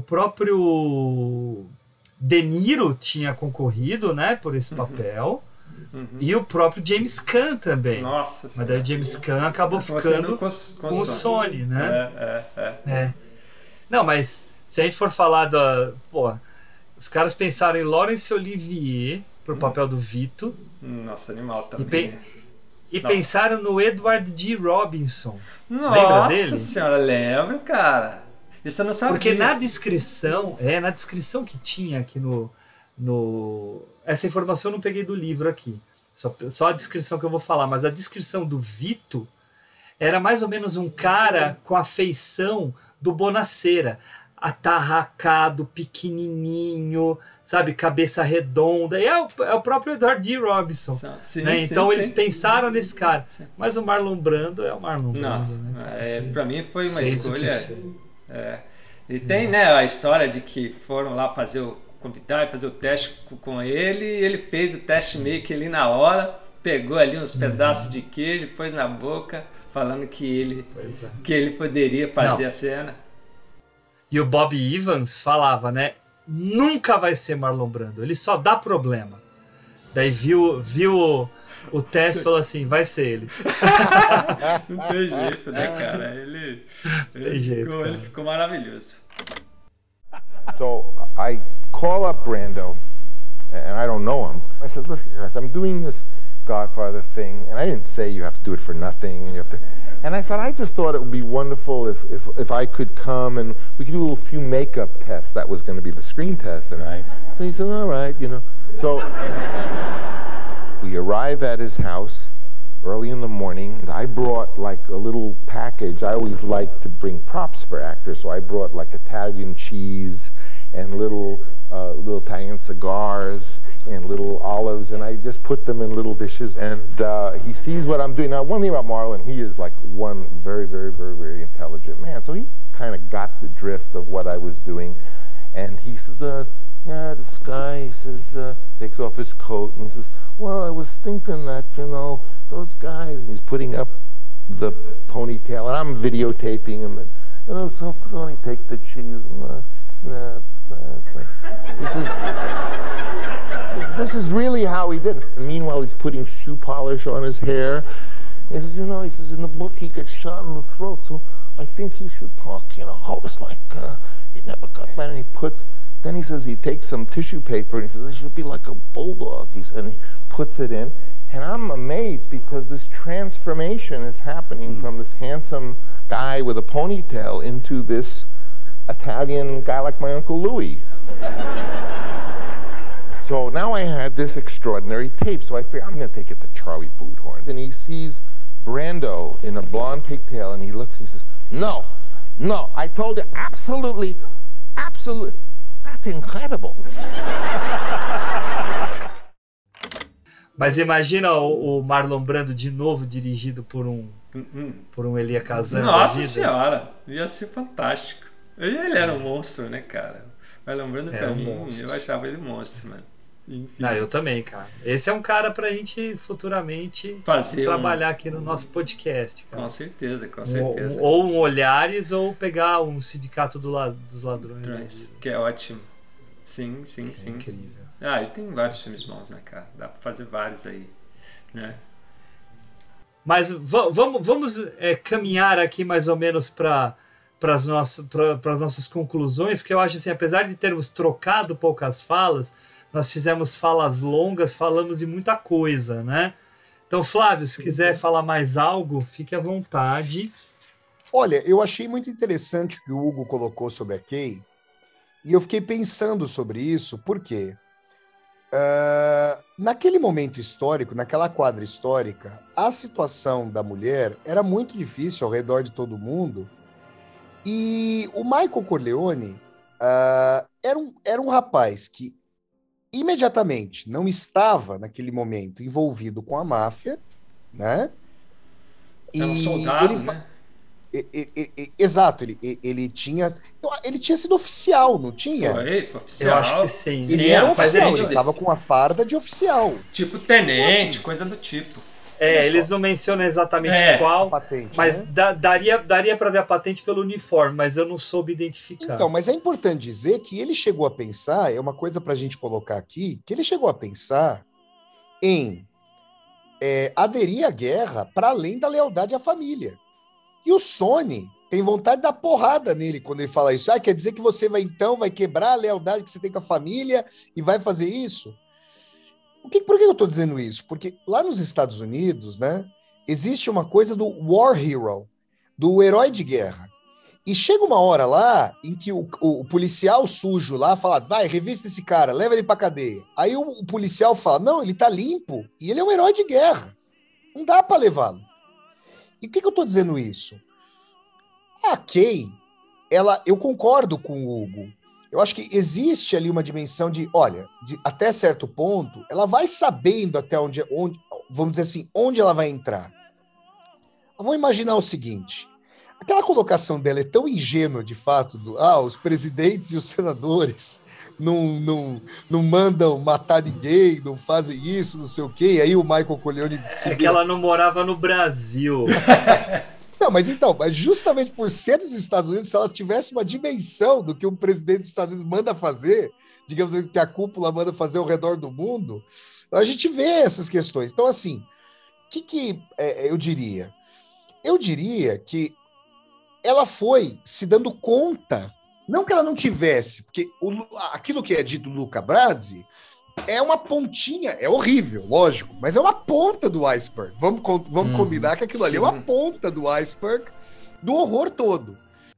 próprio De Niro tinha concorrido, né, por esse papel. Uhum. E o próprio James Caan também. Nossa. Mas daí o James Caan acabou ficando com, com, com o Sony, né? É, é, é. é. Não, mas se a gente for falar da... Pô, os caras pensaram em Laurence Olivier pro papel do Vito. Nossa, animal também. E, pe e Nossa. pensaram no Edward G. Robinson. Nossa Lembra dele? Nossa senhora, lembro, cara. Isso eu não sabia. Porque na descrição, é, na descrição que tinha aqui no... no essa informação eu não peguei do livro aqui. Só, só a descrição que eu vou falar. Mas a descrição do Vito era mais ou menos um cara com a feição do Bonacera. Atarracado, pequenininho, sabe? Cabeça redonda. E é o, é o próprio Edward G. Robinson. Sim, né? Sim, então sim, eles sim. pensaram nesse cara. Mas o Marlon Brando é o Marlon Brando. Né? É, pra mim foi uma escolha. É. E tem, né, a história de que foram lá fazer o convidar e fazer o teste com ele, e ele fez o teste meio que ali na hora, pegou ali uns pedaços uhum. de queijo, pôs na boca, falando que ele, é. que ele poderia fazer Não. a cena. E o Bob Evans falava, né? Nunca vai ser Marlon Brando, ele só dá problema. Daí viu, viu o, o teste e falou assim, vai ser ele. Não tem jeito, né, cara? Ele, ele, tem jeito, ficou, cara. ele ficou maravilhoso. So I call up Brando, and I don't know him. I said, listen, guys, I'm doing this Godfather thing, and I didn't say you have to do it for nothing, and you have to. And I said, I just thought it would be wonderful if if, if I could come and we could do a little few makeup tests. That was going to be the screen test, and I. So he said, all right, you know. So we arrive at his house early in the morning, and I brought like a little package. I always like to bring props for actors, so I brought like Italian cheese and little uh, little Italian cigars and little olives, and I just put them in little dishes, and uh, he sees what I'm doing. Now, one thing about Marlon, he is like one very, very, very, very intelligent man, so he kind of got the drift of what I was doing, and he says, uh, yeah, this guy, he says, uh, takes off his coat, and he says, well, I was thinking that, you know, those guys, and he's putting up the ponytail, and I'm videotaping him, and, you know, so he takes the cheese, and, uh, yeah, he says, this is really how he did it. And meanwhile, he's putting shoe polish on his hair. He says, you know, he says, in the book, he gets shot in the throat, so I think he should talk, you know, oh, it's like, uh, he never got mad, and he puts, then he says he takes some tissue paper, and he says, it should be like a bulldog, he said, and he puts it in, and I'm amazed because this transformation is happening from this handsome guy with a ponytail into this Italian guy like my Uncle Louis. So now I had this extraordinary tape, so I figured I'm going to take it to Charlie Bluthorn. And he sees Brando in a blonde pigtail, and he looks and he says, no, no, I told you, absolutely, absolutely, that's incredible. Mas imagina o, o Marlon Brando de novo dirigido por um, Hum. por um Elia Kazan. Nossa senhora, ia ser fantástico. E ele era um monstro, né, cara? Mas lembrando pra um mim, monstro. eu achava ele monstro, mano. Enfim. Não, eu também, cara. Esse é um cara pra gente futuramente Fazer trabalhar um... aqui no nosso podcast, cara. Com certeza, com certeza. Um, ou um Olhares ou pegar um Sindicato do la... dos Ladrões. Né? Que é ótimo. Sim, sim, que sim. É incrível. Ah, ele tem vários filmes bons, né, cara? Dá pra fazer vários aí, né? Mas vamos, vamos é, caminhar aqui mais ou menos para para as nossas, nossas conclusões, que eu acho assim, apesar de termos trocado poucas falas, nós fizemos falas longas, falamos de muita coisa, né? Então, Flávio, se quiser falar mais algo, fique à vontade. Olha, eu achei muito interessante o que o Hugo colocou sobre a Kay, e eu fiquei pensando sobre isso, por quê? Uh, naquele momento histórico, naquela quadra histórica, a situação da mulher era muito difícil ao redor de todo mundo, e o Michael Corleone uh, era, um, era um rapaz que imediatamente não estava, naquele momento, envolvido com a máfia, né? Era um e soldado, ele, né? E, e, e, exato, ele, ele tinha ele tinha sido oficial, não tinha? Foi, foi oficial. Eu acho que sim. Ele sim, era um rapaz, oficial, ele- ele estava com a farda de oficial. Tipo tenente, Assim. coisa do tipo. É, Olha eles só. não mencionam exatamente É, qual, a patente, mas né? da- daria, daria para ver a patente pelo uniforme, mas eu não soube identificar. Então, mas é importante dizer que ele chegou a pensar, é uma coisa para a gente colocar aqui, que ele chegou a pensar em é, aderir à guerra para além da lealdade à família. E o Sony tem vontade de dar porrada nele quando ele fala isso. Ah, quer dizer que você vai então vai quebrar a lealdade que você tem com a família e vai fazer isso? O que, por que eu estou dizendo isso? Porque lá nos Estados Unidos, né, existe uma coisa do war hero, do herói de guerra. E chega uma hora lá em que o, o- o policial sujo lá fala, vai, revista esse cara, leva ele pra cadeia. Aí o, o policial fala, não, ele tá limpo e ele é um herói de guerra. Não dá pra levá-lo. E por que, que eu tô dizendo isso? A Kay, ela, eu concordo com o Hugo. Eu acho que existe ali uma dimensão de, olha, de, até certo ponto, ela vai sabendo até onde, onde, vamos dizer assim, onde ela vai entrar. Vamos imaginar o seguinte, aquela colocação dela é tão ingênua, de fato, do, ah, os presidentes e os senadores não, não, não mandam matar ninguém, não fazem isso, não sei o quê. E aí o Michael Corleone... Se é vira... que ela não morava no Brasil. Não, mas então, mas justamente por ser dos Estados Unidos, se ela tivesse uma dimensão do que um presidente dos Estados Unidos manda fazer, digamos que a cúpula manda fazer ao redor do mundo, a gente vê essas questões. Então, assim, o que, que é, eu diria? Eu diria que ela foi se dando conta, não que ela não tivesse, porque o, aquilo que é dito do Luca Brasi é uma pontinha, é horrível, lógico, mas é uma ponta do iceberg. Vamos, vamos hum, combinar que aquilo sim. ali é uma ponta do iceberg do horror todo.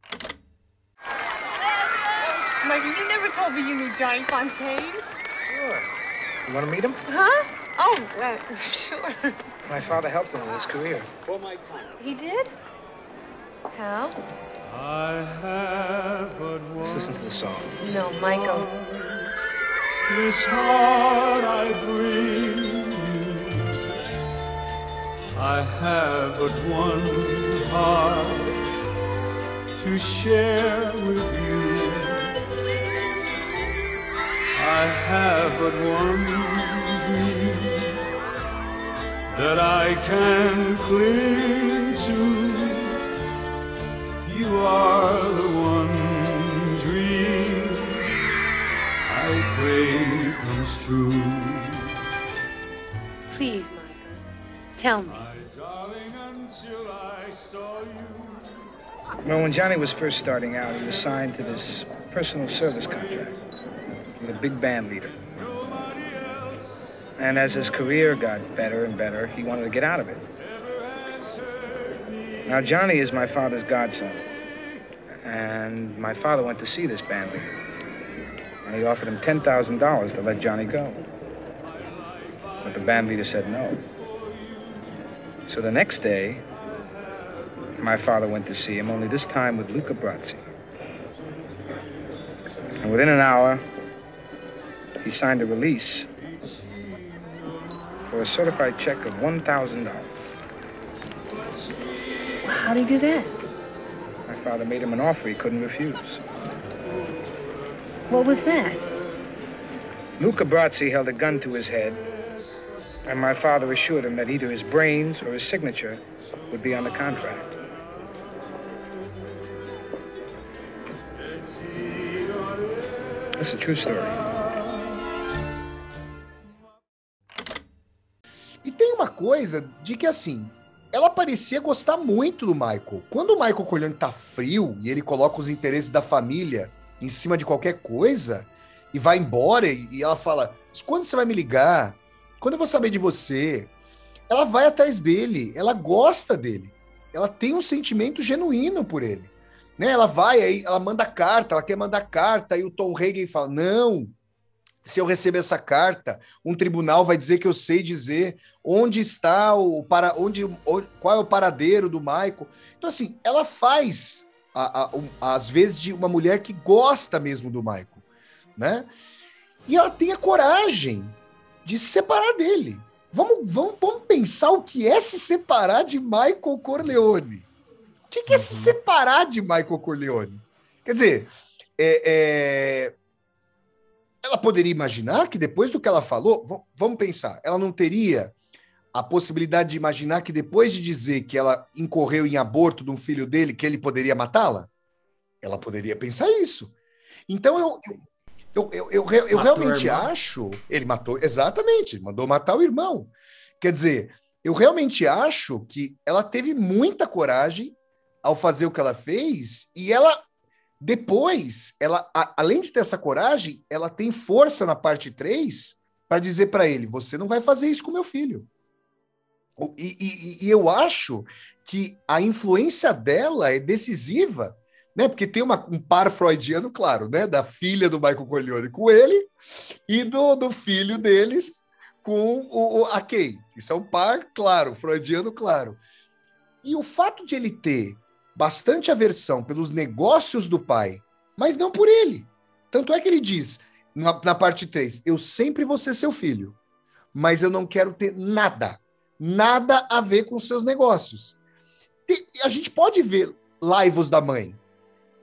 Michael, you never told me you knew Johnny Fontaine. Sure. You want to meet him? Huh? Oh, well, sure. My father helped him with his career. He did? How? I have but one. Let's listen to the song. No, Michael. This heart I bring you. I have but one heart to share with you. I have but one dream that I can cling to. You are the one dream I pray comes true. Please, Michael, tell me. My darling, until I saw you. Well, when Johnny was first starting out, he was signed to this personal service contract with a big band leader. And as his career got better and better, he wanted to get out of it. Now, Johnny is my father's godson. And my father went to see this band leader. And he offered him ten thousand dollars to let Johnny go. But the band leader said no. So the next day, my father went to see him, only this time with Luca Brasi. And within an hour, he signed a release for a certified check of one thousand dollars. How'd he do that? My father made him an offer he couldn't refuse. What was that? Luca Brasi held a gun to his head, and my father assured him that either his brains or his signature would be on the contract. That's a true story. E tem uma coisa de que, assim, ela parecia gostar muito do Michael. Quando o Michael Corleone tá frio e ele coloca os interesses da família em cima de qualquer coisa e vai embora e ela fala, quando você vai me ligar? Quando eu vou saber de você? Ela vai atrás dele, ela gosta dele. Ela tem um sentimento genuíno por ele. Né? Ela vai, aí ela manda carta, ela quer mandar carta, aí o Tom Hagen fala, não, se eu receber essa carta, um tribunal vai dizer que eu sei dizer onde está o para onde, onde qual é o paradeiro do Michael. Então, assim, ela faz a, a, um, às vezes de uma mulher que gosta mesmo do Michael, né? E ela tem a coragem de se separar dele. Vamos, vamos, vamos pensar o que é se separar de Michael Corleone. O que, que é se separar de Michael Corleone? Quer dizer, é, é... ela poderia imaginar que depois do que ela falou, vamos pensar, ela não teria a possibilidade de imaginar que depois de dizer que ela incorreu em aborto de um filho dele, que ele poderia matá-la? Ela poderia pensar isso. Então, eu, eu, eu, eu, eu, eu realmente acho... Ele matou, exatamente, mandou matar o irmão. Quer dizer, eu realmente acho que ela teve muita coragem ao fazer o que ela fez, e ela... Depois, ela, a, além de ter essa coragem, ela tem força na parte três para dizer para ele, você não vai fazer isso com meu filho. E, e, e eu acho que a influência dela é decisiva, né? Porque tem uma, um par freudiano, claro, né? Da filha do Michael Corleone com ele e do, do filho deles com o, o, a Kay. Isso é um par, claro, freudiano, claro. E o fato de ele ter bastante aversão pelos negócios do pai, mas não por ele. Tanto é que ele diz, na, na parte três, eu sempre vou ser seu filho, mas eu não quero ter nada, nada a ver com seus negócios. Tem, a gente pode ver laivos da mãe,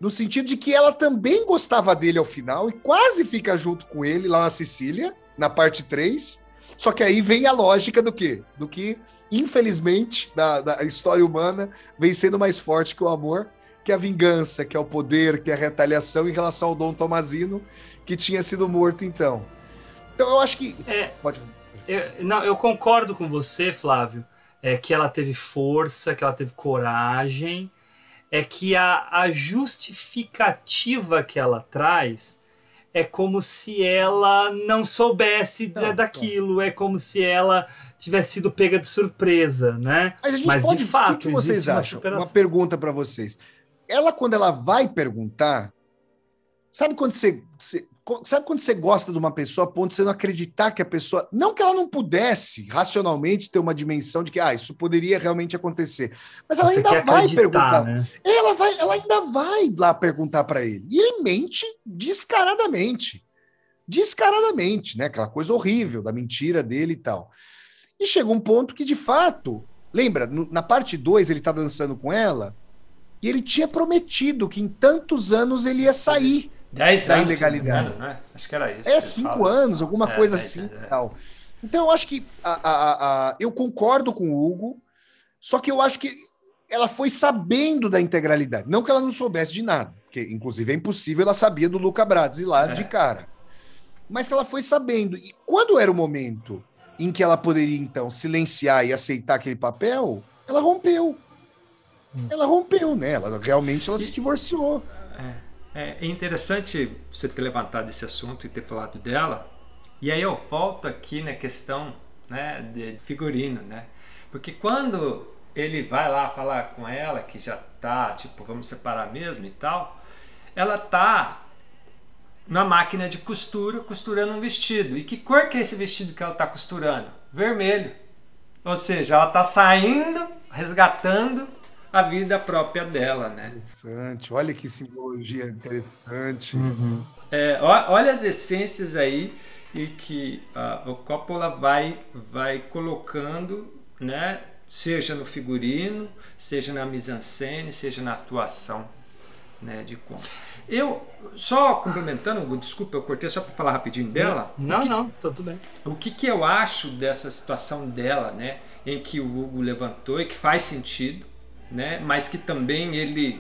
no sentido de que ela também gostava dele ao final e quase fica junto com ele lá na Sicília, na parte três. Só que aí vem a lógica do quê? Do que, infelizmente, da, da história humana vem sendo mais forte que o amor, que é a vingança, que é o poder, que é a retaliação em relação ao Dom Tommasino, que tinha sido morto então. Então eu acho que... É, Pode... eu, não, eu concordo com você, Flávio, é, que ela teve força, que ela teve coragem, é que a, a justificativa que ela traz é como se ela não soubesse não, daquilo, não. É como se ela tivesse sido pega de surpresa, né? Mas, a gente Mas pode, de fato, o que, que vocês uma acham? superação. Uma pergunta para vocês. Ela, quando ela vai perguntar, sabe quando você, você, sabe quando você gosta de uma pessoa a ponto de você não acreditar que a pessoa... Não que ela não pudesse, racionalmente, ter uma dimensão de que ah, isso poderia realmente acontecer. Mas ela você ainda vai perguntar. Né? Ela, vai, ela ainda vai lá perguntar para ele. E ele mente descaradamente. Descaradamente, né? Aquela coisa horrível da mentira dele e tal. E chega um ponto que, de fato... Lembra, no, na parte dois ele tá dançando com ela e ele tinha prometido que em tantos anos ele ia sair dez da anos, ilegalidade. Engano, né? Acho que era isso. É, cinco anos, alguma é, coisa é, assim. é, é. Tal. Então eu acho que a, a, a, eu concordo com o Hugo, só que eu acho que ela foi sabendo da integralidade. Não que ela não soubesse de nada, porque inclusive é impossível, ela sabia do Luca Brasi lá é. de cara. Mas que ela foi sabendo. E quando era o momento em que ela poderia, então, silenciar e aceitar aquele papel, ela rompeu. Ela rompeu, né? Ela, realmente ela se divorciou. É, é interessante você ter levantado esse assunto e ter falado dela. E aí eu volto aqui na questão, né, de figurino, né? Porque quando ele vai lá falar com ela, que já tá, tipo, vamos separar mesmo e tal, ela tá na máquina de costura, costurando um vestido. E que cor que é esse vestido que ela tá costurando? Vermelho. Ou seja, ela tá saindo, resgatando a vida própria dela, né? Interessante, olha que simbologia interessante. Uhum. É, olha as essências aí e que uh, o Coppola vai, vai colocando, né? Seja no figurino, seja na mise-en-scène, seja na atuação, né, de como. Eu, só complementando, desculpa, eu cortei só para falar rapidinho dela. Não, que, não, tudo bem. O que, que eu acho dessa situação dela, né, em que o Hugo levantou e que faz sentido, né, mas que também ele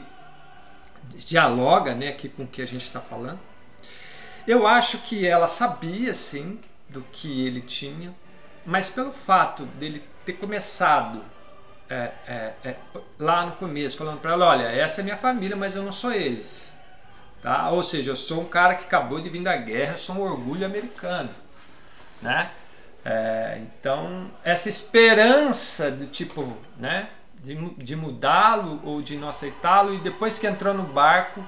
dialoga, né, aqui com o que a gente está falando. Eu acho que ela sabia, sim, do que ele tinha, mas pelo fato dele ter começado é, é, é, lá no começo, falando para ela, olha, essa é minha família, mas eu não sou eles. Tá? Ou seja, eu sou um cara que acabou de vir da guerra, eu sou um orgulho americano. Né? É, então, essa esperança do tipo, né, de, de mudá-lo ou de não aceitá-lo, e depois que entrou no barco,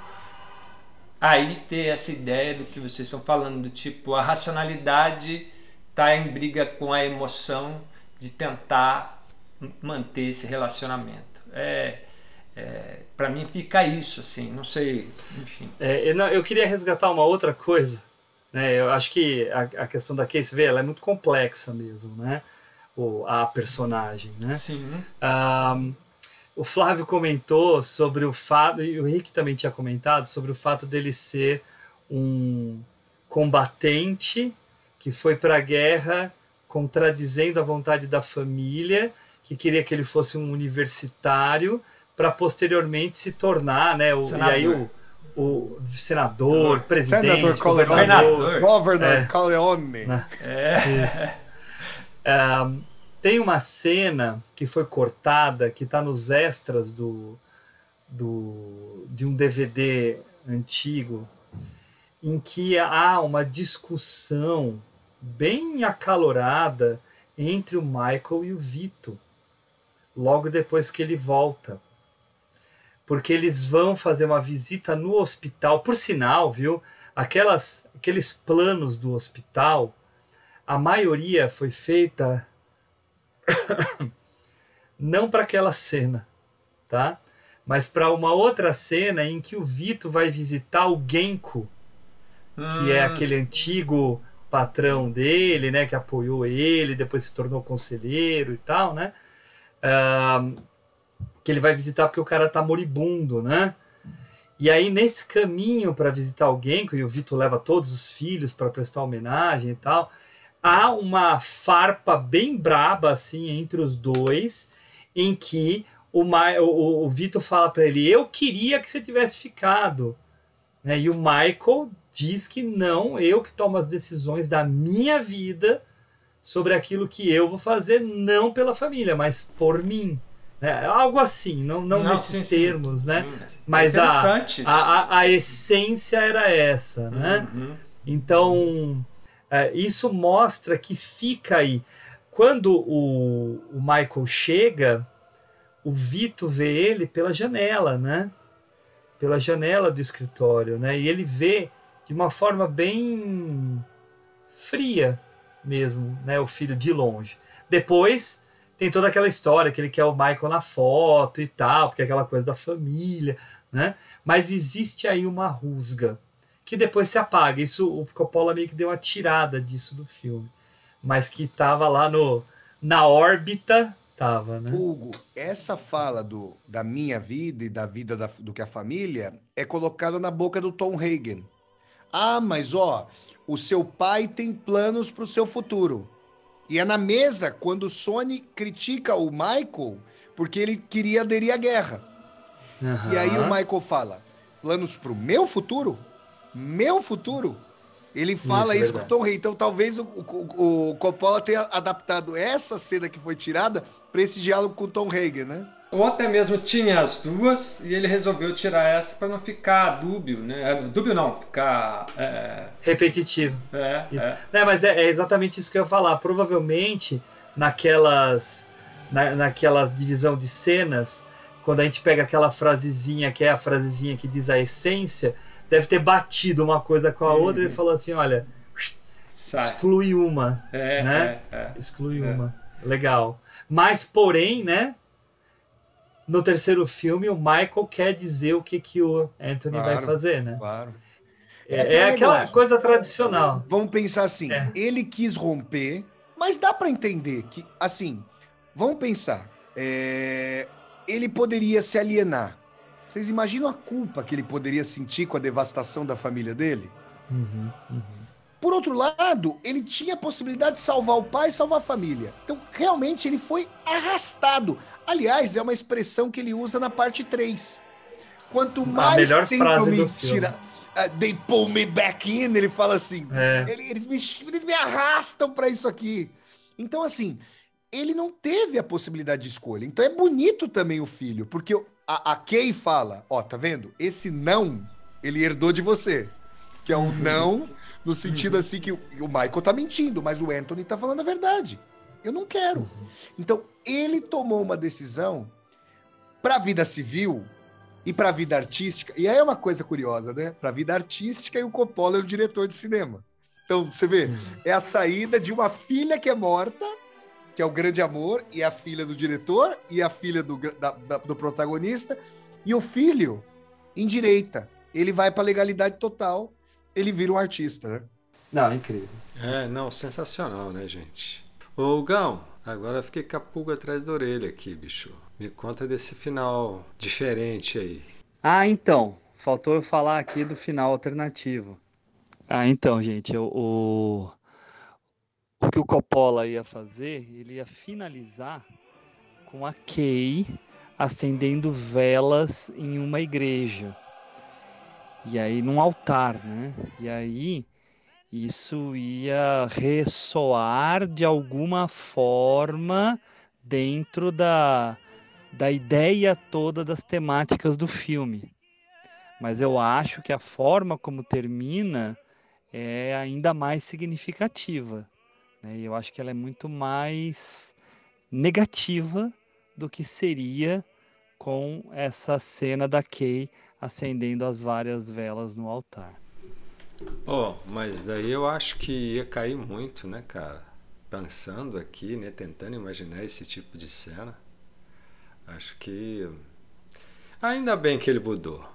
aí ter essa ideia do que vocês estão falando, do tipo, a racionalidade está em briga com a emoção de tentar manter esse relacionamento. É, é, para mim fica isso, assim, não sei, enfim. É, eu, não, eu queria resgatar uma outra coisa, né? Eu acho que a, a questão da Casey, ela é muito complexa mesmo, né? O, a personagem, né? Sim. Um, o Flávio comentou sobre o fato, e o Rick também tinha comentado, sobre o fato dele ser um combatente que foi para a guerra contradizendo a vontade da família, que queria que ele fosse um universitário para posteriormente se tornar, né, o, e aí o, o senador, presidente, senador governador, governor é, Corleone. Né? É. Um, tem uma cena que foi cortada, que está nos extras do, do, de um D V D antigo, em que há uma discussão bem acalorada entre o Michael e o Vito, logo depois que ele volta. Porque eles vão fazer uma visita no hospital. Por sinal, viu? Aquelas, aqueles planos do hospital, a maioria foi feita não para aquela cena, tá? Mas para uma outra cena em que o Vito vai visitar o Genko, hum. que é aquele antigo patrão dele, né, que apoiou ele, depois se tornou conselheiro e tal, né? Uh, que ele vai visitar porque o cara tá moribundo, né? E aí, nesse caminho para visitar o Genko, e o Vito leva todos os filhos para prestar homenagem e tal, há uma farpa bem braba assim, entre os dois, em que o, Ma- o, o Vito fala para ele, eu queria que você tivesse ficado. Né? E o Michael diz que não, eu que tomo as decisões da minha vida sobre aquilo que eu vou fazer, não pela família, mas por mim. É, algo assim, não, não, não nesses sim, termos, sim, né? Sim. Mas a, a, a essência era essa, né? Uhum. Então, é, isso mostra que fica aí. Quando o, o Michael chega, o Vito vê ele pela janela, né? Pela janela do escritório, né? E ele vê de uma forma bem fria mesmo, né? O filho de longe. Depois tem toda aquela história que ele quer o Michael na foto e tal, porque é aquela coisa da família, né? Mas existe aí uma rusga que depois se apaga. Isso, o Coppola meio que deu uma tirada disso do filme, mas que estava lá no, na órbita, tava, né? Hugo, essa fala do, da minha vida e da vida da, do que a família é colocada na boca do Tom Hagen. Ah, mas ó, o seu pai tem planos para o seu futuro. E é na mesa quando o Sony critica o Michael porque ele queria aderir à guerra. Uhum. E aí o Michael fala, planos pro meu futuro? Meu futuro? Ele fala isso, isso com o Tom Hagen. Então talvez o, o, o Coppola tenha adaptado essa cena que foi tirada para esse diálogo com o Tom Hagen, né? Ou até mesmo tinha as duas e ele resolveu tirar essa para não ficar dúbio, né? Dúbio não, ficar... É... repetitivo. É, é. é mas é, é exatamente isso que eu ia falar. Provavelmente, naquelas, na, naquela divisão de cenas, quando a gente pega aquela frasezinha, que é a frasezinha que diz a essência, deve ter batido uma coisa com a outra uhum. e ele falou assim, olha, Sai. exclui uma. É, né? é, é, exclui é. uma. Legal. Mas, porém, né? No terceiro filme, o Michael quer dizer o que, que o Anthony claro, vai fazer, né? Claro. É, é, é aquela negócio. coisa tradicional. Vamos pensar assim, é. ele quis romper, mas dá para entender que, assim, vamos pensar, é, ele poderia se alienar. Vocês imaginam a culpa que ele poderia sentir com a devastação da família dele? Uhum, uhum. Por outro lado, ele tinha a possibilidade de salvar o pai e salvar a família. Então, realmente, ele foi arrastado. Aliás, é uma expressão que ele usa na parte três. Quanto mais tentam me tirar... Uh, they pull me back in, ele fala assim. É. Ele, eles, me, eles me arrastam para isso aqui. Então, assim, ele não teve a possibilidade de escolha. Então, é bonito também o filho, porque a, a Kay fala, ó, tá vendo? Esse não, ele herdou de você. Que é um uhum. não... No sentido uhum. assim que o, o Michael tá mentindo, mas o Anthony tá falando a verdade. Eu não quero. Uhum. Então, ele tomou uma decisão pra vida civil e pra vida artística. E aí é uma coisa curiosa, né? Pra vida artística e o Coppola é o diretor de cinema. Então, você vê, uhum. é a saída de uma filha que é morta, que é o grande amor, e a filha do diretor, e a filha do, da, da, do protagonista, e o filho endireita. Ele vai pra legalidade total. Ele vira um artista, né? Não, incrível. É, não, sensacional, né, gente? Ô, Gão, agora eu fiquei com a pulga atrás da orelha aqui, bicho. Me conta desse final diferente aí. Ah, então, faltou eu falar aqui do final alternativo. Ah, então, gente, o, o que o Coppola ia fazer, ele ia finalizar com a Kay acendendo velas em uma igreja. E aí, num altar, né? E aí, isso ia ressoar de alguma forma dentro da, da ideia toda das temáticas do filme. Mas eu acho que a forma como termina é ainda mais significativa, né? E eu acho que ela é muito mais negativa do que seria com essa cena da Kay acendendo as várias velas no altar. Oh, mas daí eu acho que ia cair muito, né, cara? Pensando aqui, né, tentando imaginar esse tipo de cena. Acho que... Ainda bem que ele mudou.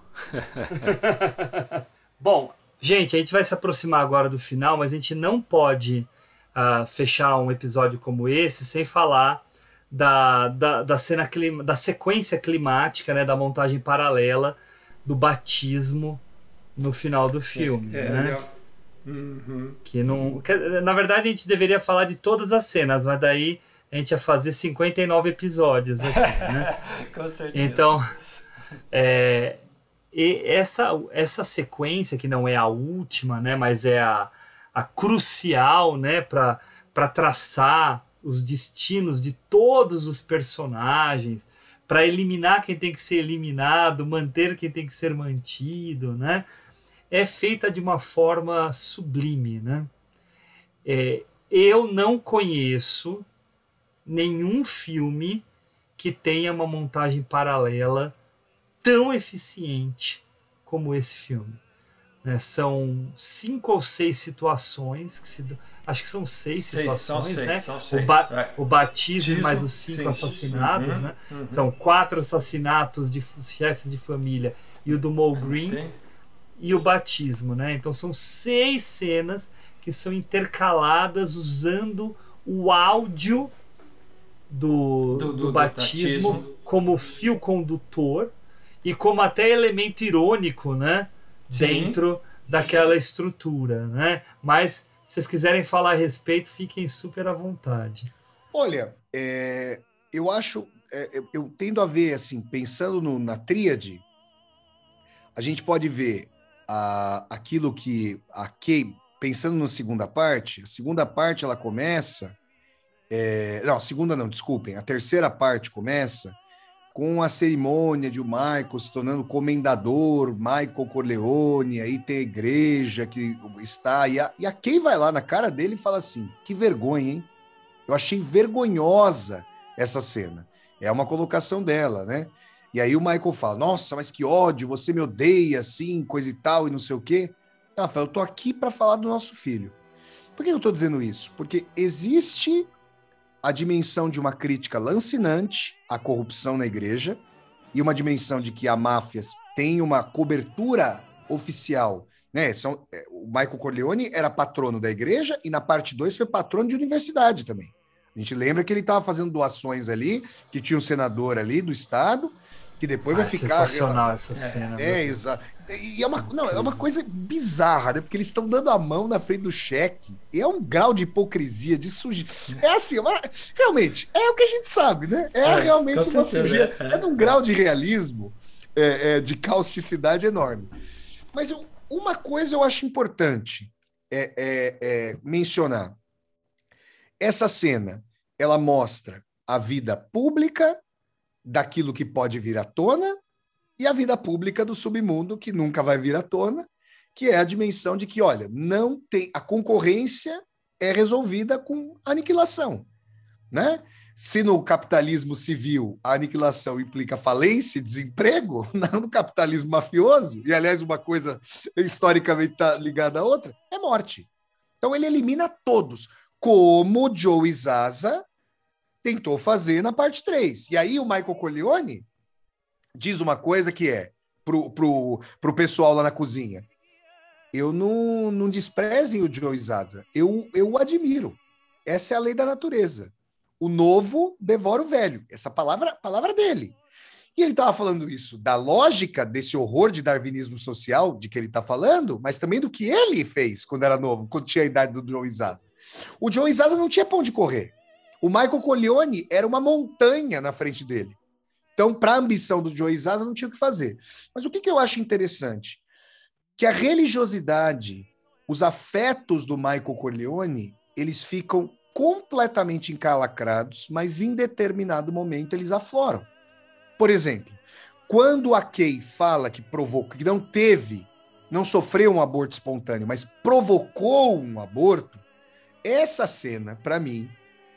Bom, gente, a gente vai se aproximar agora do final, mas a gente não pode uh, fechar um episódio como esse sem falar da, da, da, cena clima, da sequência climática, né, da montagem paralela do batismo no final do filme, é, né? é, Uhum. Que não, que, na verdade a gente deveria falar de todas as cenas, mas daí a gente ia fazer cinquenta e nove episódios aqui, né? Com certeza. Então, é, e essa, essa sequência, que não é a última, né, mas é a, a crucial, né, para para traçar os destinos de todos os personagens, para eliminar quem tem que ser eliminado, manter quem tem que ser mantido, né? É feita de uma forma sublime, né? É, eu não conheço nenhum filme que tenha uma montagem paralela tão eficiente como esse filme. É, são cinco ou seis situações, que se, acho que são seis, seis situações, são seis, né? São seis, o, ba é. o batismo e mais os cinco sim, assassinatos, uhum, né? Uhum. São quatro assassinatos de chefes de família e o do Moe Green. Tem. E o batismo, né? Então são seis cenas que são intercaladas usando o áudio do, do, do, do, batismo, do batismo como fio condutor e como até elemento irônico, né? Sim. Dentro daquela estrutura, né? Mas se vocês quiserem falar a respeito, fiquem super à vontade. Olha, é, eu acho, é, eu, eu tendo a ver, assim, pensando no, na tríade, a gente pode ver a, aquilo que a Kay, pensando na segunda parte, a segunda parte ela começa, é, não, a segunda não, desculpem, a terceira parte começa com a cerimônia de o Michael se tornando comendador, Michael Corleone, aí tem a igreja que está, e a, e a Kay vai lá na cara dele e fala assim, que vergonha, hein? Eu achei vergonhosa essa cena. É uma colocação dela, né? E aí o Michael fala, nossa, mas que ódio, você me odeia, assim, coisa e tal, e não sei o quê. Ela fala, eu tô aqui para falar do nosso filho. Por que eu tô dizendo isso? Porque existe a dimensão de uma crítica lancinante à corrupção na igreja e uma dimensão de que a máfia tem uma cobertura oficial, né? São, o Michael Corleone era patrono da igreja e na parte dois foi patrono de universidade também. A gente lembra que ele estava fazendo doações ali, que tinha um senador ali do estado, que depois ah, vai ficar... sensacional essa é, cena. É, exato. E é uma, não, é uma coisa bizarra, né? Porque eles estão dando a mão na frente do cheque. E é um grau de hipocrisia, de sujeira. É assim, uma, realmente, é o que a gente sabe, né? É, é realmente uma sujeira. É. é de um grau de realismo, é, é, de causticidade enorme. Mas eu, uma coisa eu acho importante é, é, é mencionar. Essa cena, ela mostra a vida pública daquilo que pode vir à tona e a vida pública do submundo que nunca vai vir à tona, que é a dimensão de que, olha, não tem a concorrência é resolvida com aniquilação, né? Se no capitalismo civil a aniquilação implica falência e desemprego, no capitalismo mafioso, e aliás uma coisa historicamente está ligada à outra, é morte. Então ele elimina todos, como Joey Zaza tentou fazer na parte três. E aí o Michael Corleone diz uma coisa que é pro, pro, pro pessoal lá na cozinha. Eu não, não desprezem o Joey Zaza. Eu, eu o admiro. Essa é a lei da natureza. O novo devora o velho. Essa palavra, palavra dele. E ele estava falando isso da lógica desse horror de darwinismo social de que ele está falando, mas também do que ele fez quando era novo, quando tinha a idade do Joey Zaza. O Joey Zaza não tinha pão de correr. O Michael Corleone era uma montanha na frente dele. Então, para a ambição do Joey Zaza, não tinha o que fazer. Mas o que, que eu acho interessante? Que a religiosidade, os afetos do Michael Corleone, eles ficam completamente encalacrados, mas em determinado momento eles afloram. Por exemplo, quando a Kay fala que provocou, que não teve, não sofreu um aborto espontâneo, mas provocou um aborto, essa cena, para mim,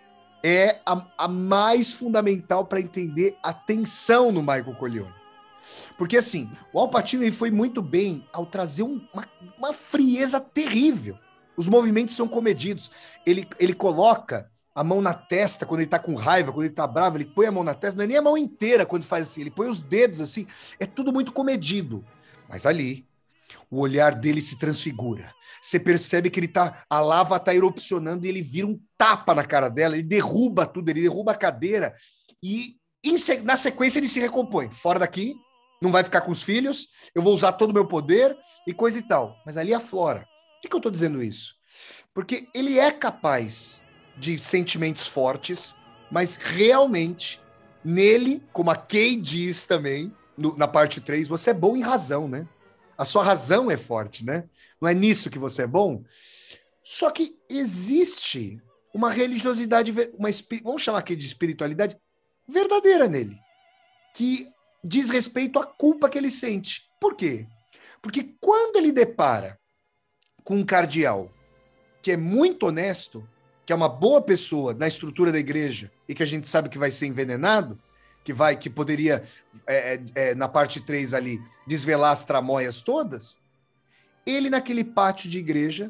é a, a mais fundamental para entender a tensão no Michael Corleone. Porque, assim, o Al Pacino ele foi muito bem ao trazer um, uma, uma frieza terrível. Os movimentos são comedidos. Ele, ele coloca a mão na testa quando ele tá com raiva, quando ele tá bravo, ele põe a mão na testa, não é nem a mão inteira quando faz assim, ele põe os dedos assim, é tudo muito comedido. Mas ali, o olhar dele se transfigura. Você percebe que ele tá, a lava tá erupcionando e ele vira um tapa na cara dela, ele derruba tudo, ele derruba a cadeira e em, na sequência ele se recompõe. Fora daqui, não vai ficar com os filhos, eu vou usar todo o meu poder e coisa e tal. Mas ali aflora. Por que, que eu estou dizendo isso? Porque ele é capaz de sentimentos fortes, mas realmente, nele, como a Kay diz também, no, na parte três, você é bom em razão, né? A sua razão é forte, né? Não é nisso que você é bom? Só que existe uma religiosidade, uma, vamos chamar aqui de espiritualidade, verdadeira nele, que diz respeito à culpa que ele sente. Por quê? Porque quando ele depara com um cardeal que é muito honesto, que é uma boa pessoa na estrutura da igreja e que a gente sabe que vai ser envenenado, que vai, que poderia, é, é, na parte três ali, desvelar as tramóias todas, ele naquele pátio de igreja,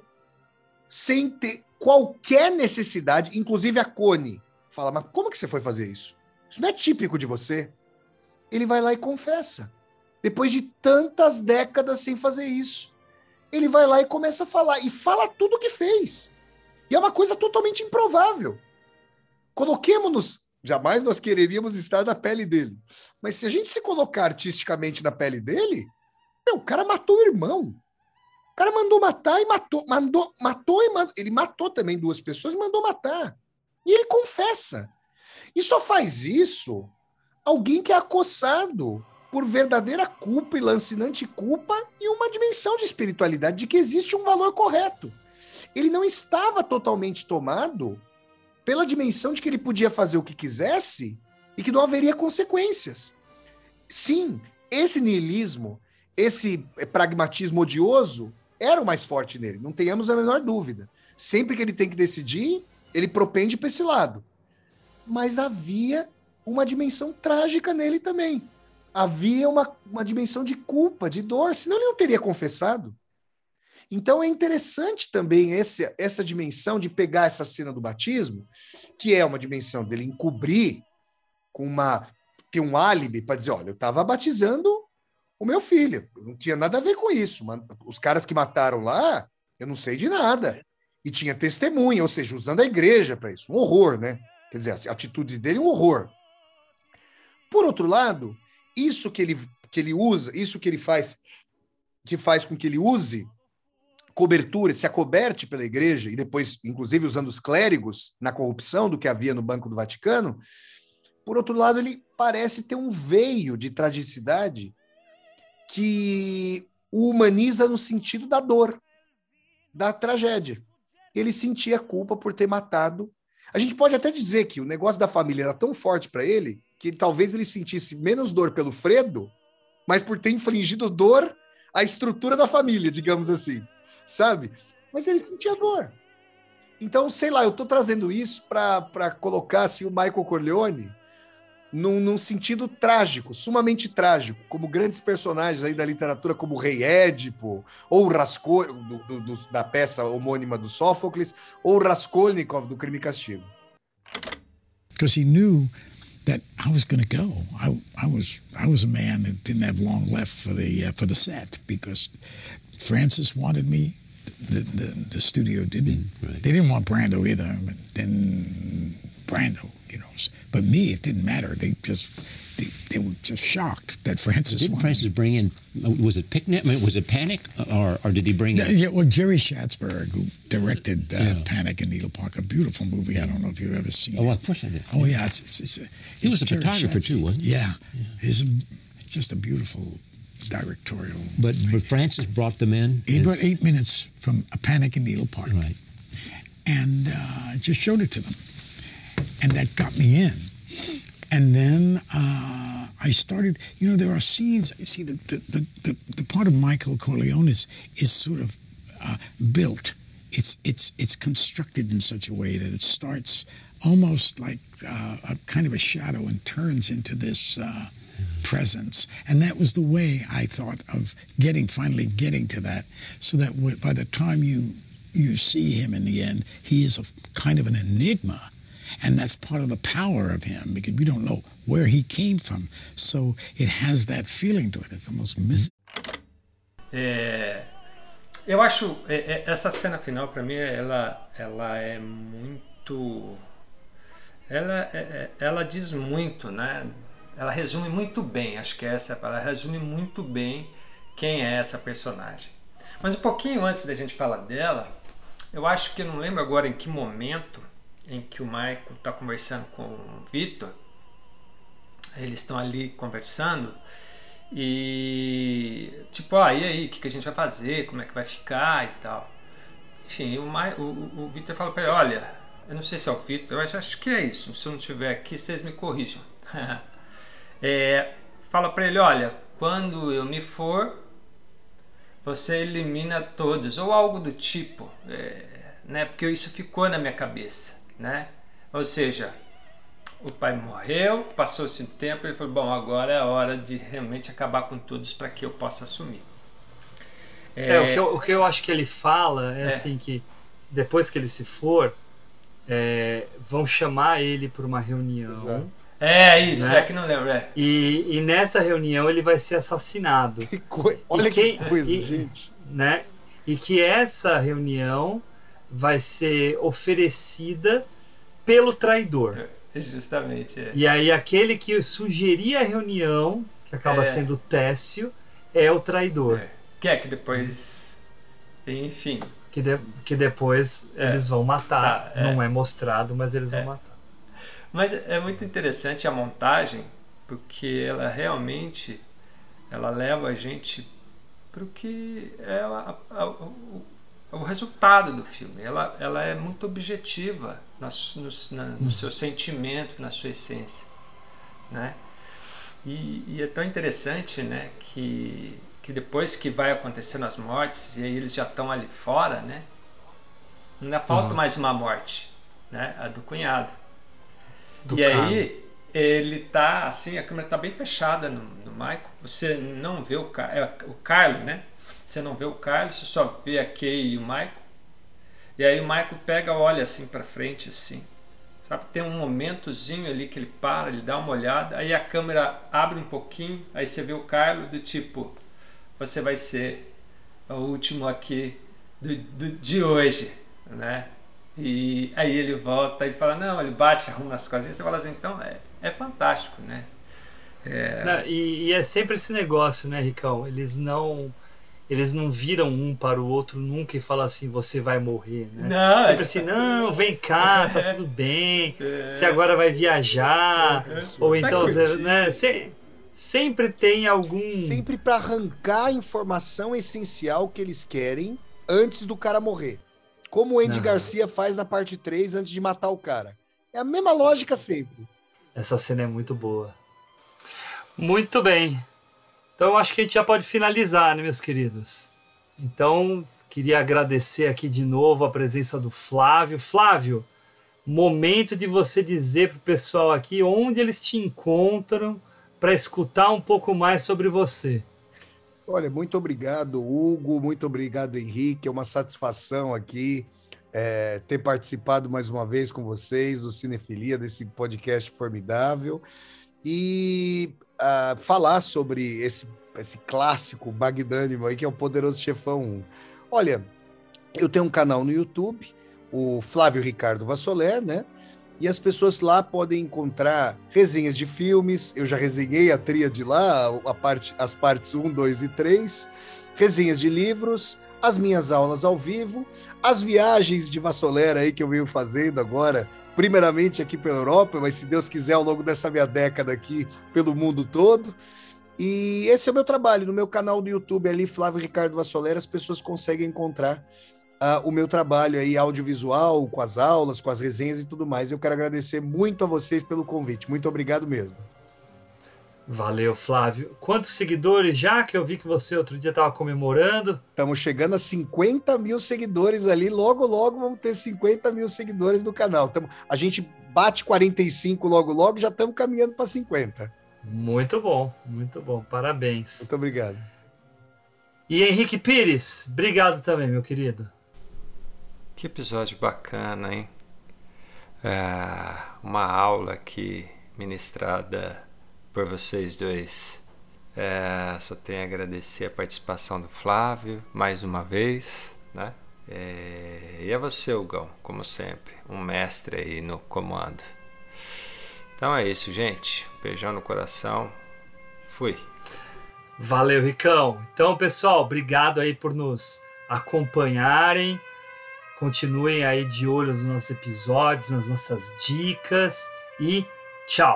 sem ter qualquer necessidade, inclusive a Connie fala, mas como que você foi fazer isso? Isso não é típico de você. Ele vai lá e confessa. Depois de tantas décadas sem fazer isso. Ele vai lá e começa a falar. E fala tudo o que fez. E é uma coisa totalmente improvável. Coloquemos-nos. Jamais nós quereríamos estar na pele dele. Mas se a gente se colocar artisticamente na pele dele, meu, o cara matou o irmão. O cara mandou matar e matou. Mandou, matou e mandou. Ele matou também duas pessoas e mandou matar. E ele confessa. E só faz isso alguém que é acossado por verdadeira culpa e lancinante culpa e uma dimensão de espiritualidade, de que existe um valor correto. Ele não estava totalmente tomado pela dimensão de que ele podia fazer o que quisesse e que não haveria consequências. Sim, esse niilismo, esse pragmatismo odioso era o mais forte nele, não tenhamos a menor dúvida. Sempre que ele tem que decidir, ele propende para esse lado. Mas havia uma dimensão trágica nele também. Havia uma, uma dimensão de culpa, de dor, senão ele não teria confessado. Então é interessante também esse, essa dimensão de pegar essa cena do batismo, que é uma dimensão dele encobrir com uma, ter um álibi para dizer, olha, eu estava batizando o meu filho, eu não tinha nada a ver com isso. Os caras que mataram lá, eu não sei de nada. E tinha testemunha, ou seja, usando a igreja para isso. Um horror, né? Quer dizer, a atitude dele é um horror. Por outro lado, isso que ele, que ele usa, isso que ele faz, que faz com que ele use cobertura, se acoberte pela igreja, e depois, inclusive, usando os clérigos na corrupção do que havia no Banco do Vaticano, por outro lado, ele parece ter um veio de tragicidade que o humaniza no sentido da dor, da tragédia. Ele sentia culpa por ter matado. A gente pode até dizer que o negócio da família era tão forte para ele que talvez ele sentisse menos dor pelo Fredo, mas por ter infligido dor à estrutura da família, digamos assim, sabe? Mas ele sentia dor. Então, sei lá, eu estou trazendo isso para colocar assim, o Michael Corleone num, num sentido trágico, sumamente trágico, como grandes personagens aí da literatura, como o Rei Édipo, ou o Raskolnikov, do, do, do, da peça homônima do Sófocles, ou o Raskolnikov, do Crime e Castigo. Because he knew that I was going to go. I, I was I was a man that didn't have long left for the uh, for the set because Francis wanted me. The the, the studio didn't. Mm, right. They didn't want Brando either. But then Brando, you know. But me, it didn't matter. They just they, they were just shocked that Francis. Didn't wanted Francis me. bring in? Was it Picnic? I mean, was it Panic, or or did he bring in? Yeah, well, Jerry Schatzberg, who directed uh, Yeah. Panic in Needle Park, a beautiful movie. I don't know if you've ever seen Oh, it. of course I did. Oh yeah, it's, it's, it's a, He was it's a Jerry photographer too, Schatzberg. wasn't he? Yeah, he's a, just a beautiful directorial. But but Francis brought them in. He as- brought eight minutes from A Panic in Needle Park, Right. and uh, just showed it to them, and that got me in. And then uh, I started. You know, there are scenes. You see, the the, the, the, the part of Michael Corleone is is sort of uh, built. It's it's it's constructed in such a way that it starts almost like uh, a kind of a shadow and turns into this uh, presence. And that was the way I thought of getting, finally getting to that, so that w- by the time you you see him in the end, he is a kind of an enigma. And that's part of the power of him, because we don't know where he came from. So it has that feeling to it. It's almost mystical. É, eu acho é, é, essa cena final, para mim, ela, ela é muito, ela, é, é, ela diz muito, né, ela resume muito bem, acho que essa, ela resume muito bem quem é essa personagem. Mas um pouquinho antes da gente falar dela, eu acho que, eu não lembro agora em que momento em que o Michael está conversando com o Victor, eles estão ali conversando e tipo, ah, e aí, o que, que a gente vai fazer, como é que vai ficar e tal. Enfim, o, Ma, o, o Victor fala para ele, olha, eu não sei se é o Victor, eu acho, acho que é isso, se eu não estiver aqui, vocês me corrijam. é, fala para ele, olha, quando eu me for, você elimina todos, ou algo do tipo, é, né, porque isso ficou na minha cabeça, né? Ou seja, o pai morreu, passou-se um tempo, ele falou, bom, agora é a hora de realmente acabar com todos para que eu possa assumir. É, é o, que eu, o que eu acho que ele fala é, é. assim, que depois que ele se for, é, vão chamar ele para uma reunião. Exato. É isso, né? É que não lembro. É. E, e nessa reunião ele vai ser assassinado. Que coi... Olha quem, que coisa, e, gente. Né? E que essa reunião vai ser oferecida pelo traidor. Justamente. É. E aí aquele que sugeria a reunião, que acaba é. sendo Técio, é o traidor. É. Que é que depois, enfim... Que, de, que depois é. eles vão matar. Tá, é. Não é mostrado, mas eles é. vão matar. Mas é muito interessante a montagem, porque ela realmente ela leva a gente para o que é a, a, o, o resultado do filme. Ela, ela é muito objetiva na, no, na, no seu sentimento, na sua essência, né? E, e é tão interessante, né, que, que depois que vai acontecendo as mortes, e aí eles já estão ali fora, né? Ainda falta uhum. mais uma morte, né? A do cunhado. Do e Carlo. Aí ele tá assim, a câmera tá bem fechada no, no Michael. Você não vê o, é, o Carlo, né? Você não vê o Carlos, você só vê a Kay e o Michael. E aí o Michael pega, olha assim pra frente, assim. Sabe? Tem um momentozinho ali que ele para, ele dá uma olhada, aí a câmera abre um pouquinho, aí você vê o Carlos do tipo, você vai ser o último aqui do, do, de hoje, né? E aí ele volta e fala, não, ele bate, arruma as coisinhas, você fala assim, então é, é fantástico, né? É... Não, e, e é sempre esse negócio, né, Ricão? Eles não... Eles não viram um para o outro nunca e falam assim, você vai morrer, né? Não, sempre assim, não, vem cá, tá tudo bem, é. Você agora vai viajar, é. Ou então, você, né? Se, sempre tem algum... Sempre para arrancar a informação essencial que eles querem antes do cara morrer. Como o Andy não. Garcia faz na parte três antes de matar o cara. É a mesma lógica sempre. Essa cena é muito boa. Muito bem. Então eu acho que a gente já pode finalizar, né, meus queridos? Então, queria agradecer aqui de novo a presença do Flávio. Flávio, momento de você dizer pro pessoal aqui onde eles te encontram para escutar um pouco mais sobre você. Olha, muito obrigado, Hugo, muito obrigado, Henrique, é uma satisfação aqui é, ter participado mais uma vez com vocês do Cinefilia, desse podcast formidável, e uh, falar sobre esse, esse clássico magnânimo aí, que é o Poderoso Chefão um. Olha, eu tenho um canal no YouTube, o Flávio Ricardo Vassoler, né? E as pessoas lá podem encontrar resenhas de filmes, eu já resenhei a tríade lá, a parte, as partes um, dois e três, resenhas de livros, as minhas aulas ao vivo, as viagens de Vassoler aí que eu venho fazendo agora, primeiramente aqui pela Europa, mas se Deus quiser ao longo dessa minha década aqui, pelo mundo todo. E esse é o meu trabalho, no meu canal do YouTube ali, Flávio Ricardo Vassoler, as pessoas conseguem encontrar Uh, o meu trabalho aí audiovisual, com as aulas, com as resenhas e tudo mais. Eu quero agradecer muito a vocês pelo convite. Muito obrigado mesmo. Valeu, Flávio. Quantos seguidores já? Que eu vi que você outro dia estava comemorando. Estamos chegando a cinquenta mil seguidores ali. Logo, logo vamos ter cinquenta mil seguidores no canal. Tamo, a gente bate quarenta e cinco logo, logo, já estamos caminhando para cinquenta. Muito bom, muito bom. Parabéns. Muito obrigado. E Henrique Pires, obrigado também, meu querido. Que episódio bacana, hein? É uma aula aqui ministrada por vocês dois. É, só tenho a agradecer a participação do Flávio mais uma vez, né? É, e a você, Hugão, como sempre, um mestre aí no comando. Então é isso, gente. Beijão no coração. Fui. Valeu, Ricão. Então, pessoal, obrigado aí por nos acompanharem. Continuem aí de olho nos nossos episódios, nas nossas dicas e tchau!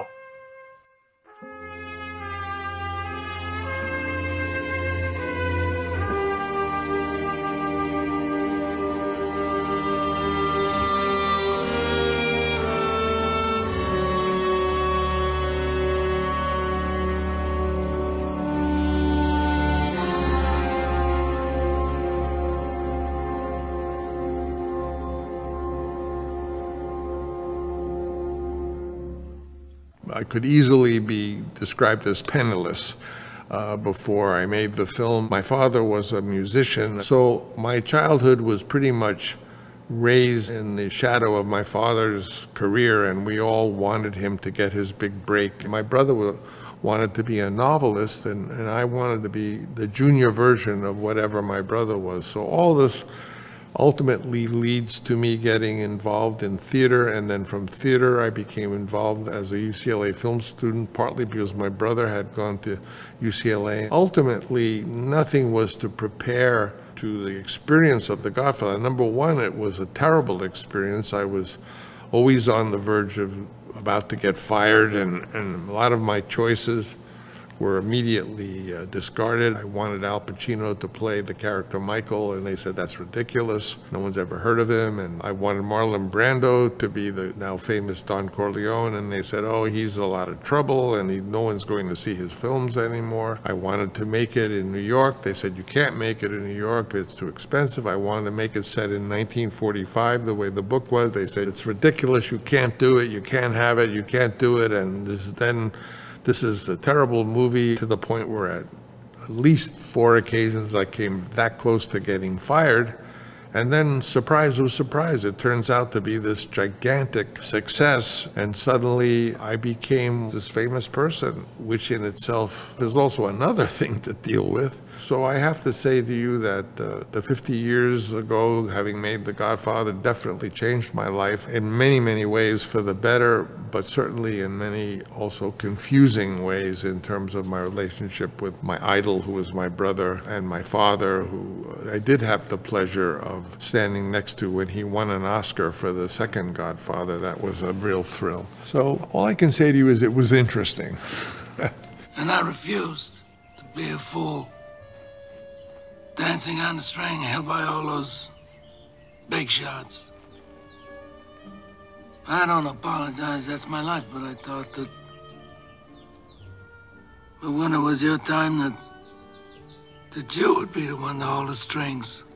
I could easily be described as penniless uh, before I made the film. My father was a musician, so my childhood was pretty much raised in the shadow of my father's career, and we all wanted him to get his big break. My brother wanted to be a novelist, and, and I wanted to be the junior version of whatever my brother was. So all this ultimately leads to me getting involved in theater, and then from theater I became involved as a U C L A film student, partly because my brother had gone to U C L A. Ultimately, nothing was to prepare to the experience of The Godfather. Number one, it was a terrible experience. I was always on the verge of about to get fired, and, and a lot of my choices were immediately uh, discarded. I wanted Al Pacino to play the character Michael, and they said that's ridiculous. No one's ever heard of him. And I wanted Marlon Brando to be the now famous Don Corleone, and they said, oh, he's a lot of trouble, and he, no one's going to see his films anymore. I wanted to make it in New York. They said, you can't make it in New York, it's too expensive. I wanted to make it set in nineteen forty-five, the way the book was. They said, it's ridiculous, you can't do it, you can't have it, you can't do it. And this, then this is a terrible movie, to the point where at at least four occasions I came that close to getting fired. And then, surprise was surprise, it turns out to be this gigantic success, and suddenly I became this famous person, which in itself is also another thing to deal with. So I have to say to you that uh, the fifty years ago, having made The Godfather definitely changed my life in many, many ways for the better, but certainly in many also confusing ways in terms of my relationship with my idol, who was my brother, and my father, who I did have the pleasure of standing next to when he won an Oscar for the second Godfather. That was a real thrill. So all I can say to you is it was interesting. And I refused to be a fool, dancing on the string held by all those big shots. I don't apologize, that's my life, but I thought that, but when it was your time, that, that you would be the one to hold the strings.